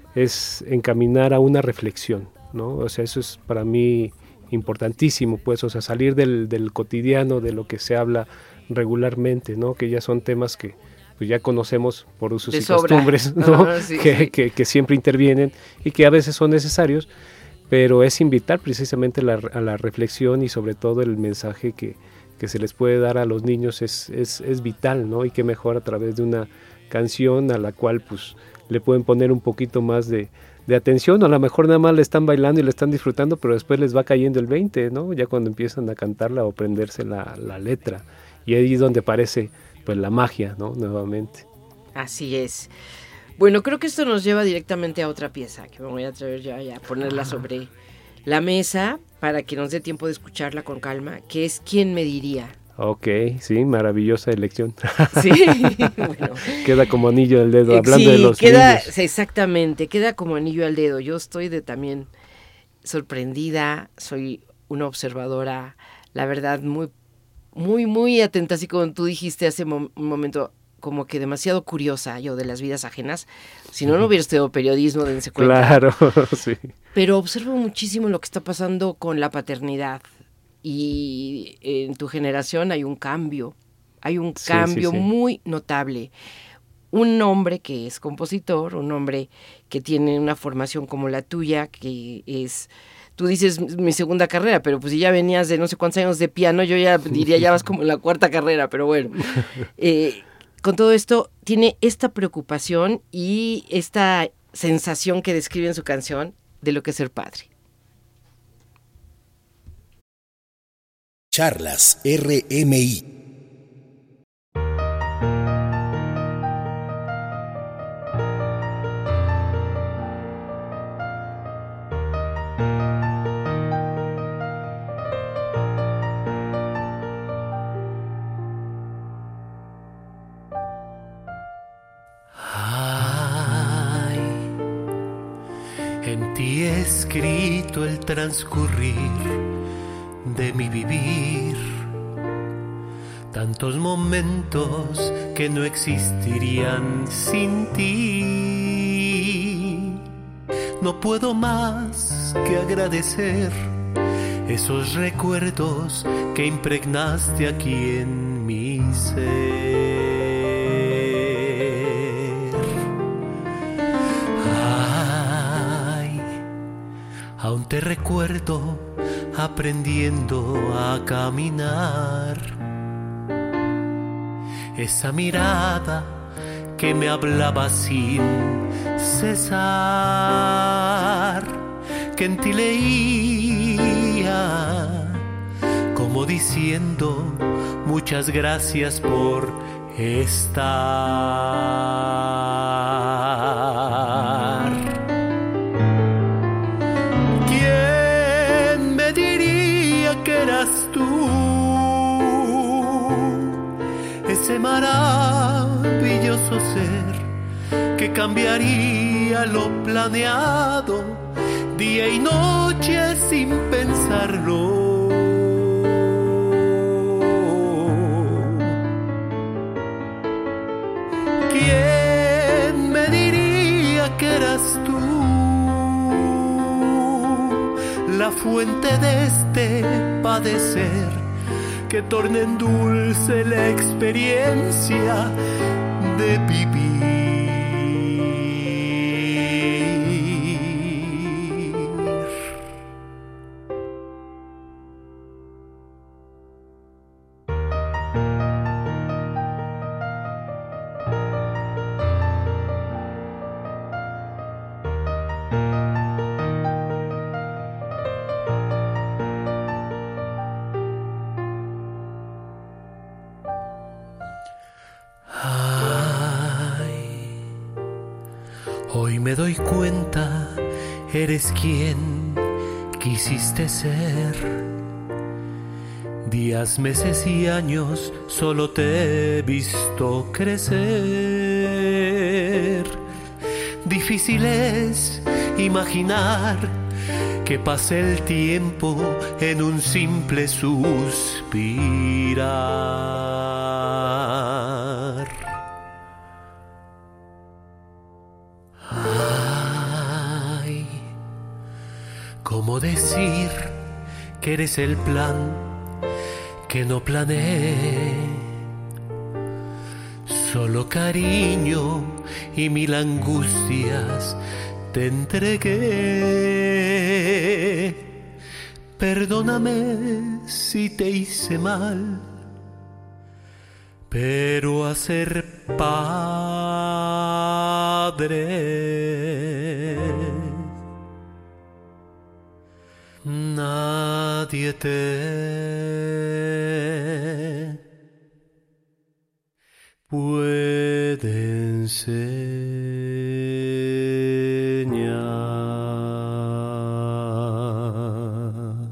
es encaminar a una reflexión, ¿no? O sea, eso es para mí importantísimo, pues, o sea, salir del, del cotidiano, de lo que se habla regularmente, ¿no? Que ya son temas que pues ya conocemos por usos De y sobra. costumbres, ¿no? Ah, sí, que, sí. Que, que siempre intervienen y que a veces son necesarios, pero es invitar precisamente la, a la reflexión y sobre todo el mensaje que, que se les puede dar a los niños es, es, es vital, ¿no? Y qué mejor a través de una canción a la cual pues le pueden poner un poquito más de, de atención, o a lo mejor nada más le están bailando y le están disfrutando, pero después les va cayendo el veinte, ¿no? Ya cuando empiezan a cantarla o aprenderse la, la letra, y ahí es donde aparece pues la magia, ¿no? Nuevamente. Así es. Bueno, creo que esto nos lleva directamente a otra pieza, que me voy a atrever ya, ya a ponerla sobre la mesa para que nos dé tiempo de escucharla con calma, que es ¿Quién me diría? Ok, sí, maravillosa elección. Sí, bueno. Queda como anillo al dedo, Eh, hablando sí, de los queda, niños. exactamente, queda como anillo al dedo. Yo estoy de también sorprendida, soy una observadora, la verdad, muy, muy, muy atenta, así como tú dijiste hace mo- un momento, como que demasiado curiosa yo de las vidas ajenas. Si no, no hubiera estudiado periodismo, dense cuenta. Claro, sí. Pero observo muchísimo lo que está pasando con la paternidad. Y en tu generación hay un cambio, hay un Sí, cambio sí, sí. muy notable. Un hombre que es compositor, un hombre que tiene una formación como la tuya, que es, tú dices mi segunda carrera, pero pues si ya venías de no sé cuántos años de piano, yo ya diría ya vas como en la cuarta carrera, pero bueno. Eh, con todo esto, tiene esta preocupación y esta sensación que describe en su canción de lo que es ser padre. Charlas R M I. Ay, en ti he escrito el transcurrir de mi vivir, tantos momentos que no existirían sin ti. No puedo más que agradecer esos recuerdos que impregnaste aquí en mi ser. Ay, aún te recuerdo aprendiendo a caminar. Esa mirada que me hablaba sin cesar, que en ti leía, como diciendo muchas gracias por estar. ¿Quién me diría que eras tú? Ese maravilloso ser que cambiaría lo planeado día y noche sin pensarlo. ¿Quién me diría que eras tú? La fuente de este padecer que torna en dulce la experiencia de vivir. Me doy cuenta, eres quien quisiste ser. Días, meses y años solo te he visto crecer. Difícil es imaginar que pase el tiempo en un simple suspirar. ¿Cómo decir que eres el plan que no planeé? Solo cariño y mil angustias te entregué. Perdóname si te hice mal, pero a ser padre nadie te puede enseñar.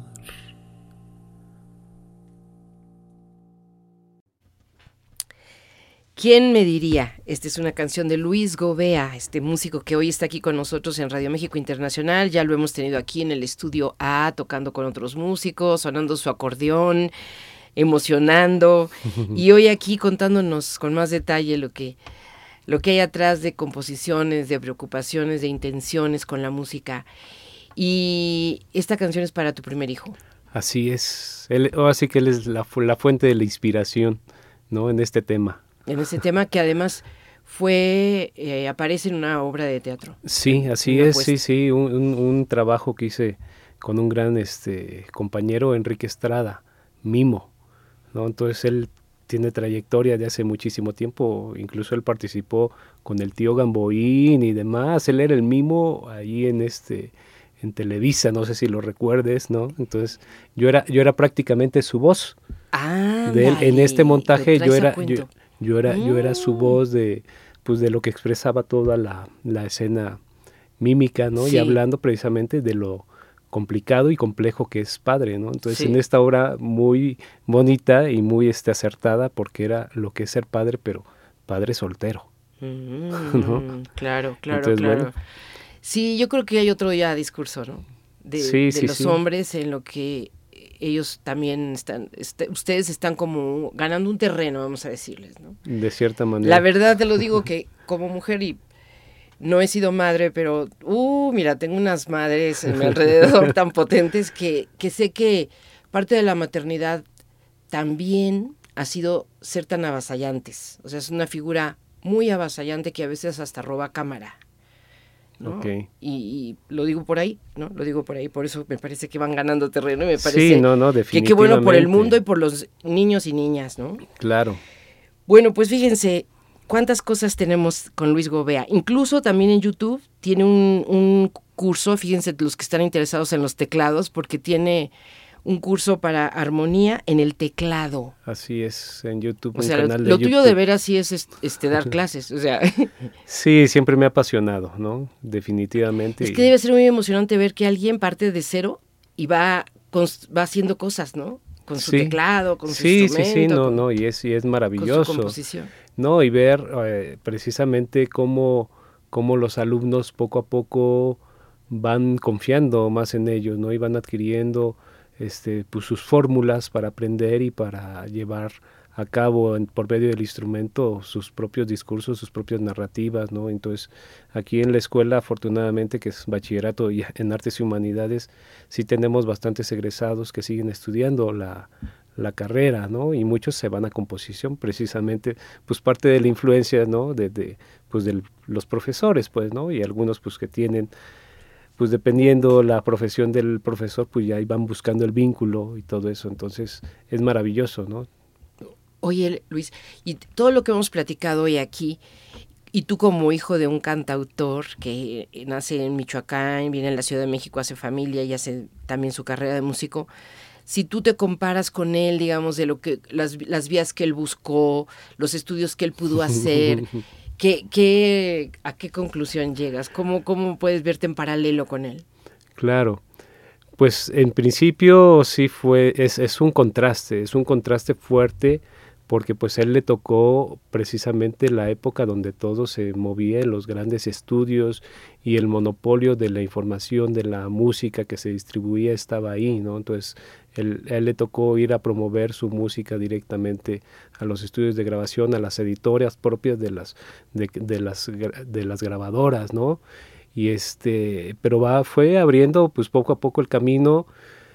¿Quién me diría? Esta es una canción de Luis Gobea, este músico que hoy está aquí con nosotros en Radio México Internacional. Ya lo hemos tenido aquí en el estudio A, tocando con otros músicos, sonando su acordeón, emocionando. Y hoy aquí contándonos con más detalle lo que, lo que hay atrás de composiciones, de preocupaciones, de intenciones con la música. Y esta canción es para tu primer hijo. Así es. Él, oh, así que él es la, la fuente de la inspiración, ¿no? En este tema. En ese tema que además fue eh, aparece en una obra de teatro. Sí, así es, sí, sí, un, un, un trabajo que hice con un gran este compañero, Enrique Estrada, Mimo, ¿no? Entonces él tiene trayectoria de hace muchísimo tiempo, incluso él participó con el tío Gamboín y demás, él era el Mimo ahí en este en Televisa, no sé si lo recuerdes, ¿no? Entonces yo era yo era prácticamente su voz. Ah, de él, en este montaje yo era yo, Yo era, mm. yo era su voz de, pues de lo que expresaba toda la, la escena mímica, ¿no? Sí. Y hablando precisamente de lo complicado y complejo que es padre, ¿no? Entonces sí. En esta obra muy bonita y muy este, acertada, porque era lo que es ser padre, pero padre soltero, mm, ¿no? Claro, claro, Entonces, claro. Bueno. Sí, yo creo que hay otro ya discurso, ¿no? De, sí, de sí, los sí. hombres en lo que ellos también están, est- ustedes están como ganando un terreno, vamos a decirles, ¿no? De cierta manera. La verdad te lo digo que como mujer, y no he sido madre, pero, uh, mira, tengo unas madres en mi alrededor tan potentes que, que sé que parte de la maternidad también ha sido ser tan avasallantes. O sea, es una figura muy avasallante que a veces hasta roba cámara. ¿no? Okay. Y, y lo digo por ahí, ¿no? Lo digo por ahí, por eso me parece que van ganando terreno y me parece sí, no, no, que qué bueno por el mundo y por los niños y niñas, ¿no? Claro. Bueno, pues fíjense cuántas cosas tenemos con Luis Gobea. Incluso también en YouTube tiene un, un curso, fíjense los que están interesados en los teclados, porque tiene un curso para armonía en el teclado. Así es, en YouTube, o sea, un canal de lo YouTube. tuyo de veras sí es este dar clases, o sea. Sí, siempre me ha apasionado, ¿no? Definitivamente. Es que debe ser muy emocionante ver que alguien parte de cero y va, con, va haciendo cosas, ¿no? Con su sí. teclado, con su sí, instrumento. Sí, sí, no, con, no, y es, y es maravilloso. Con su composición. No, y ver eh, precisamente cómo, cómo los alumnos poco a poco van confiando más en ellos, ¿no? Y van adquiriendo este, pues, sus fórmulas para aprender y para llevar a cabo en, por medio del instrumento sus propios discursos, sus propias narrativas, ¿no? Entonces, aquí en la escuela, afortunadamente, que es bachillerato y en artes y humanidades, sí tenemos bastantes egresados que siguen estudiando la, la carrera, ¿no? Y muchos se van a composición, precisamente, pues parte de la influencia, ¿no? De, de pues de los profesores, pues, ¿no? Y algunos, pues, que tienen, pues, dependiendo la profesión del profesor, pues, ya van buscando el vínculo y todo eso. Entonces, es maravilloso, ¿no? Oye, Luis, y todo lo que hemos platicado hoy aquí, y tú como hijo de un cantautor que nace en Michoacán, viene a la Ciudad de México, hace familia y hace también su carrera de músico, si tú te comparas con él, digamos, de lo que las, las vías que él buscó, los estudios que él pudo hacer, ¿qué, qué, ¿a qué conclusión llegas? ¿Cómo, cómo puedes verte en paralelo con él? Claro. Pues en principio sí fue, es, es un contraste, es un contraste fuerte, porque pues a él le tocó precisamente la época donde todo se movía en los grandes estudios y el monopolio de la información, de la música que se distribuía estaba ahí, ¿no? Entonces él, a él le tocó ir a promover su música directamente a los estudios de grabación, a las editoras propias de las, de, de las, de las grabadoras, ¿no? Y este, pero va, fue abriendo pues poco a poco el camino.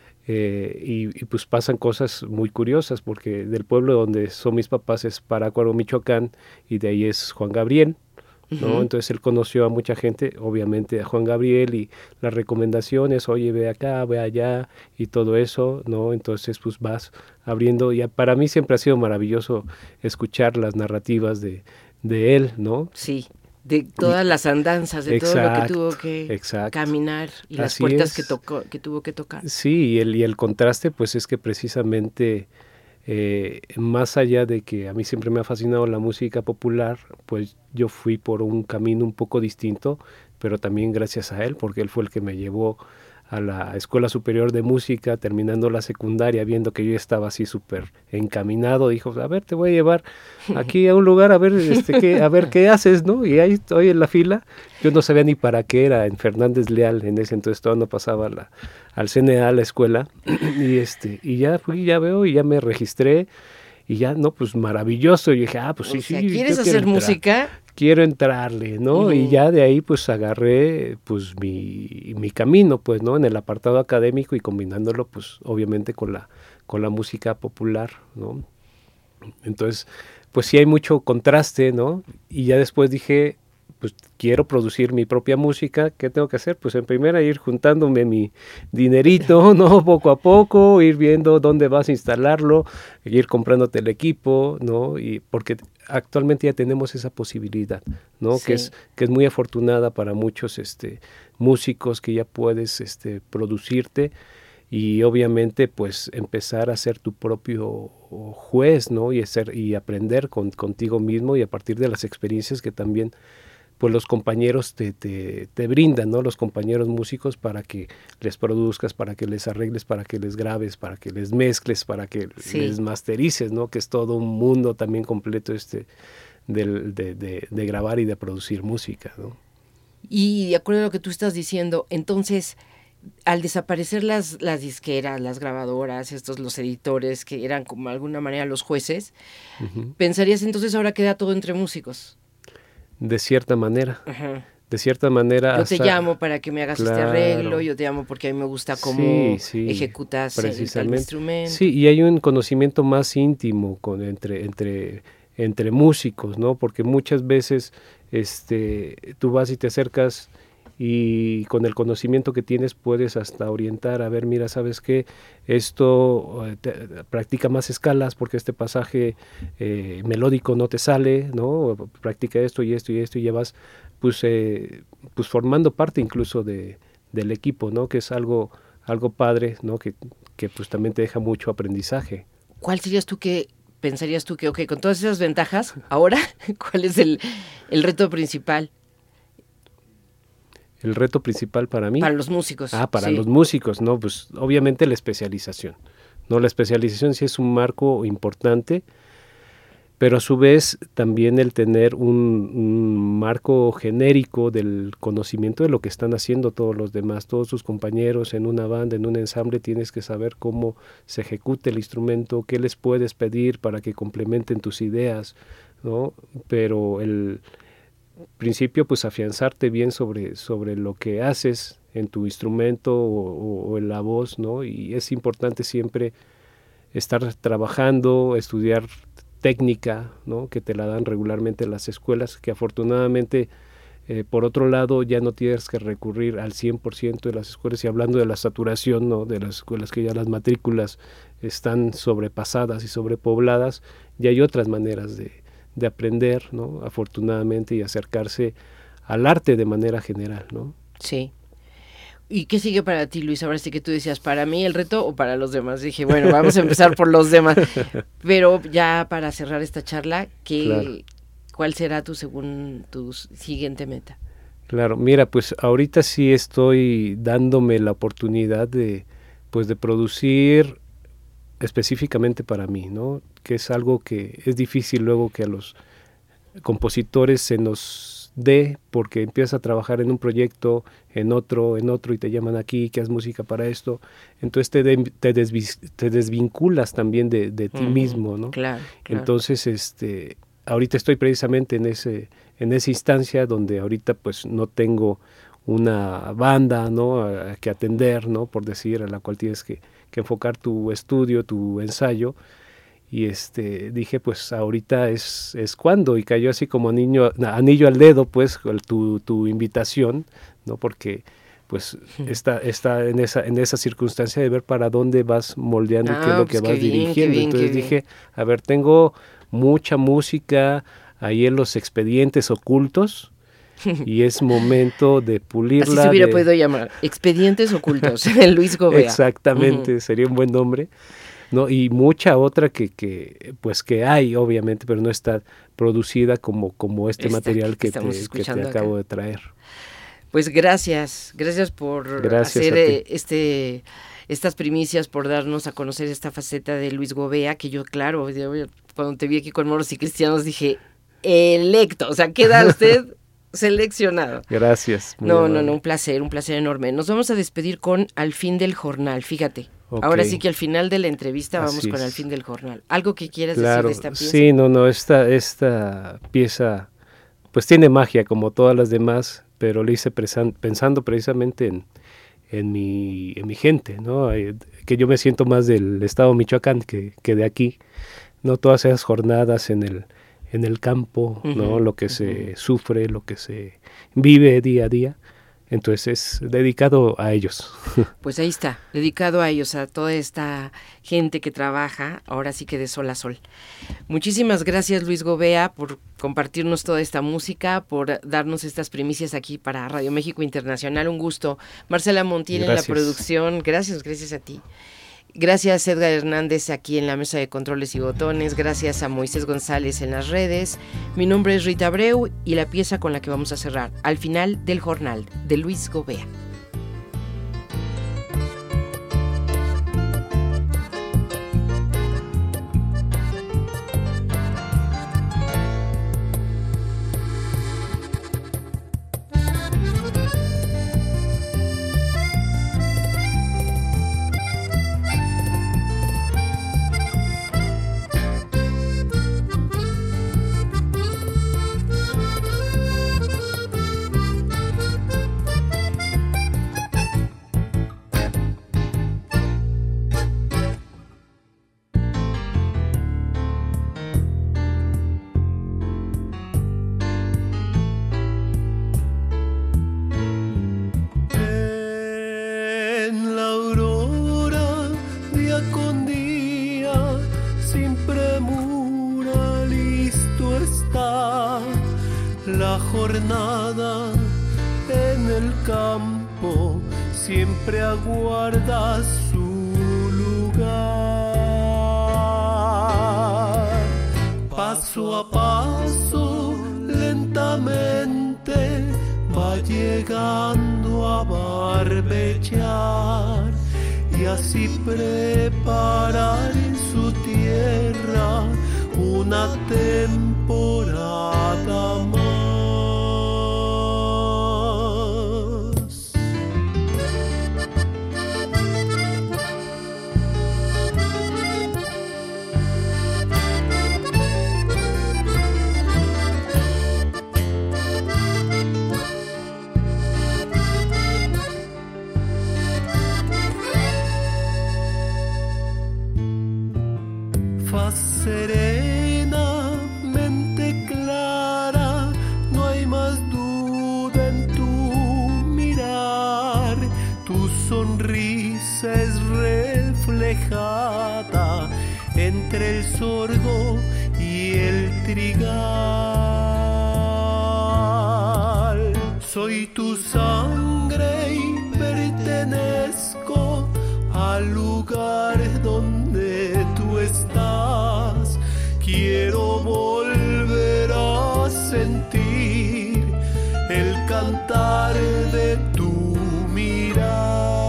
Eh, y, y pues pasan cosas muy curiosas, porque del pueblo donde son mis papás es Parácuaro, Michoacán, y de ahí es Juan Gabriel, ¿no? Uh-huh. Entonces él conoció a mucha gente, obviamente a Juan Gabriel, y las recomendaciones, oye, ve acá, ve allá, y todo eso, ¿no? Entonces pues vas abriendo, y para mí siempre ha sido maravilloso escuchar las narrativas de, de él, ¿no? Sí. De todas las andanzas, de exacto, todo lo que tuvo que exacto. caminar y las Así puertas es. que tocó, que tuvo que tocar. Sí, y el, y el contraste pues es que precisamente eh, más allá de que a mí siempre me ha fascinado la música popular, pues yo fui por un camino un poco distinto, pero también gracias a él, porque él fue el que me llevó a la Escuela Superior de Música, terminando la secundaria, viendo que yo estaba así súper encaminado, dijo, a ver, te voy a llevar aquí a un lugar, a ver, este, qué, a ver qué haces, ¿no? Y ahí estoy en la fila, yo no sabía ni para qué era, en Fernández Leal, en ese entonces todavía no pasaba la, al C N A, a la escuela, y este, y ya fui, ya veo, y ya me registré, y ya, no, pues maravilloso, y dije, ah, pues sí, o sea, sí. ¿quieres hacer música? Quiero entrarle, ¿no? Uh-huh. Y ya de ahí pues agarré pues mi, mi camino, pues, ¿no? En el apartado académico y combinándolo pues obviamente con la, con la música popular, ¿no? Entonces, pues sí hay mucho contraste, ¿no? Y ya después dije, pues quiero producir mi propia música, ¿qué tengo que hacer? Pues en primera ir juntándome mi dinerito, ¿no? Poco a poco, ir viendo dónde vas a instalarlo, ir comprándote el equipo, ¿no? Y porque actualmente ya tenemos esa posibilidad, ¿no? Sí. Que es que es muy afortunada para muchos este músicos, que ya puedes este producirte y obviamente pues empezar a ser tu propio juez, ¿no? Y hacer y aprender con, contigo mismo, y a partir de las experiencias que también pues los compañeros te, te, te brindan, ¿no? Los compañeros músicos, para que les produzcas, para que les arregles, para que les grabes, para que les mezcles, para que sí. les masterices, ¿no? Que es todo un mundo también completo este de, de, de, de grabar y de producir música, ¿no? Y de acuerdo a lo que tú estás diciendo, entonces, al desaparecer las, las disqueras, las grabadoras, estos, los editores, que eran como de alguna manera los jueces, uh-huh. ¿pensarías entonces ahora queda todo entre músicos? De cierta manera, Ajá. de cierta manera. Yo hasta, te llamo para que me hagas claro. este arreglo, yo te llamo porque a mí me gusta cómo sí, sí, ejecutas el, el instrumento. Sí, y hay un conocimiento más íntimo con, entre, entre, entre músicos, ¿no? Porque muchas veces este, tú vas y te acercas y con el conocimiento que tienes puedes hasta orientar, a ver, mira, ¿sabes qué? Esto eh, te, practica más escalas porque este pasaje eh, melódico no te sale, ¿no? Practica esto y esto y esto y llevas pues, eh, pues formando parte incluso de, del equipo, ¿no? Que es algo, algo padre, ¿no? Que, que pues también te deja mucho aprendizaje. ¿Cuál serías tú que, pensarías tú que, ok, con todas esas ventajas, ahora, ¿cuál es el, el reto principal? El reto principal para mí. Para los músicos. Ah, para sí. los músicos, ¿no? Pues obviamente la especialización, ¿no? La especialización sí es un marco importante, pero a su vez también el tener un, un marco genérico del conocimiento de lo que están haciendo todos los demás, todos tus compañeros en una banda, en un ensamble, tienes que saber cómo se ejecuta el instrumento, qué les puedes pedir para que complementen tus ideas, ¿no? Pero el principio, pues afianzarte bien sobre, sobre lo que haces en tu instrumento o, o, o en la voz, ¿no? Y es importante siempre estar trabajando, estudiar técnica, ¿no? Que te la dan regularmente en las escuelas, que afortunadamente, eh, por otro lado, ya no tienes que recurrir al cien por ciento de las escuelas, y hablando de la saturación, ¿no? De las escuelas, que ya las matrículas están sobrepasadas y sobrepobladas, ya hay otras maneras de de aprender, ¿no? Afortunadamente, y acercarse al arte de manera general, ¿no? Sí. ¿Y qué sigue para ti, Luis? Ahora sí que tú decías, ¿para mí el reto o para los demás? Dije, bueno, vamos a empezar por los demás. Pero ya para cerrar esta charla, ¿qué, claro. ¿cuál será tu, según tu siguiente meta? Claro, mira, pues ahorita sí estoy dándome la oportunidad de, pues de producir específicamente para mí, ¿no? Que es algo que es difícil luego que a los compositores se nos dé, porque empiezas a trabajar en un proyecto, en otro, en otro, y te llaman aquí, que haz música para esto, entonces te, de, te, desvis, te desvinculas también de, de ti uh-huh. mismo, ¿no? Claro, claro. Entonces, este, ahorita estoy precisamente en ese, en esa instancia donde ahorita pues no tengo una banda, ¿no? A, a que atender, ¿no? Por decir, a la cual tienes que que enfocar tu estudio, tu ensayo, y este dije, pues ahorita es, es cuando, y cayó así como anillo, anillo al dedo, pues, tu, tu invitación, ¿no? Porque pues está, está en esa, en esa circunstancia de ver para dónde vas moldeando, ah, qué es lo pues que vas bien, dirigiendo. Bien, Entonces dije, a ver, tengo mucha música ahí en los expedientes ocultos, y es momento de pulirla. Así se hubiera de... podido llamar, Expedientes Ocultos, de Luis Gobea. Exactamente, uh-huh. Sería un buen nombre, ¿no? Y mucha otra que, que, pues que hay, obviamente, pero no está producida como, como este Esta, material que, que, te, que te acabo de traer. Pues gracias, gracias por gracias hacer eh, este... estas primicias, por darnos a conocer esta faceta de Luis Gobea, que yo, claro, cuando te vi aquí con Moros y Cristianos dije, electo, o sea, queda usted... seleccionado. Gracias. No, amable. no, no, un placer, un placer enorme. Nos vamos a despedir con Al fin del jornal, fíjate. Okay. Ahora sí que al final de la entrevista Así vamos con es. Al fin del jornal. ¿Algo que quieras claro, decir de esta pieza? Sí, no, no, esta, esta pieza pues tiene magia como todas las demás, pero lo hice presan, pensando precisamente en, en, mi, en mi gente, ¿no? Que yo me siento más del estado de Michoacán que, que de aquí, ¿no? Todas esas jornadas en el en el campo, uh-huh, ¿no? Lo que uh-huh. se sufre, lo que se vive día a día. Entonces es dedicado a ellos. Pues ahí está, dedicado a ellos, a toda esta gente que trabaja, ahora sí que de sol a sol. Muchísimas gracias, Luis Gobea, por compartirnos toda esta música, por darnos estas primicias aquí para Radio México Internacional. Un gusto. Marcela Montiel en la producción. Gracias, gracias a ti. Gracias Edgar Hernández aquí en la mesa de controles y botones, gracias a Moisés González en las redes. Mi nombre es Rita Abreu y la pieza con la que vamos a cerrar, Al final del jornal, de Luis Gobea. la jornada en el campo siempre aguarda su lugar. Paso a paso, lentamente, va llegando a barbechar y así preparar en su tierra una temporada más. Faz serenamente clara, no hay más duda en tu mirar. Tu sonrisa es reflejada entre el sorgo y el trigal. Soy tu sangre y pertenezco al lugar donde tú estás. Quiero volver a sentir el cantar de tu mirar.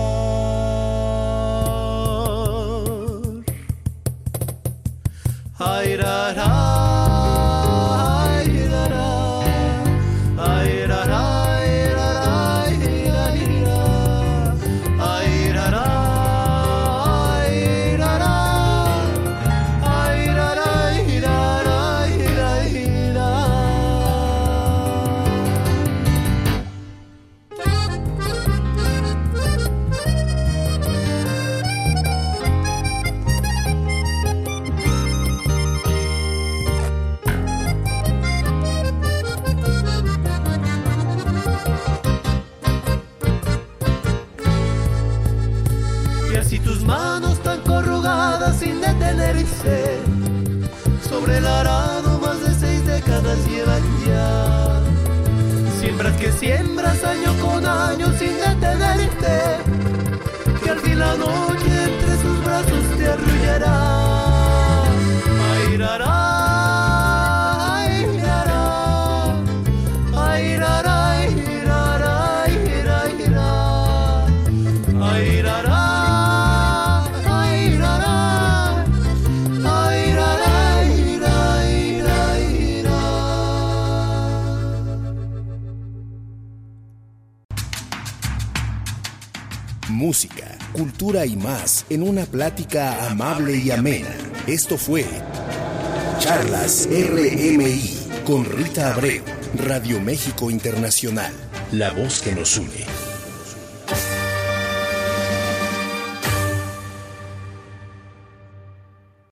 Ay, ra, ra, ay, ra, ra, ay, ra, ra. Sin detenerse, sobre el arado más de seis décadas llevan ya. Siembras que siembras año con año sin detenerte, que al fin la noche entre sus brazos te arrullará. Ay, rara, ay, rara, ay, rara, ay, rara, ay, rara, ay, rara. Música, cultura y más en una plática amable y amena. Esto fue Charlas R M I con Rita Abreu, Radio México Internacional, la voz que nos une.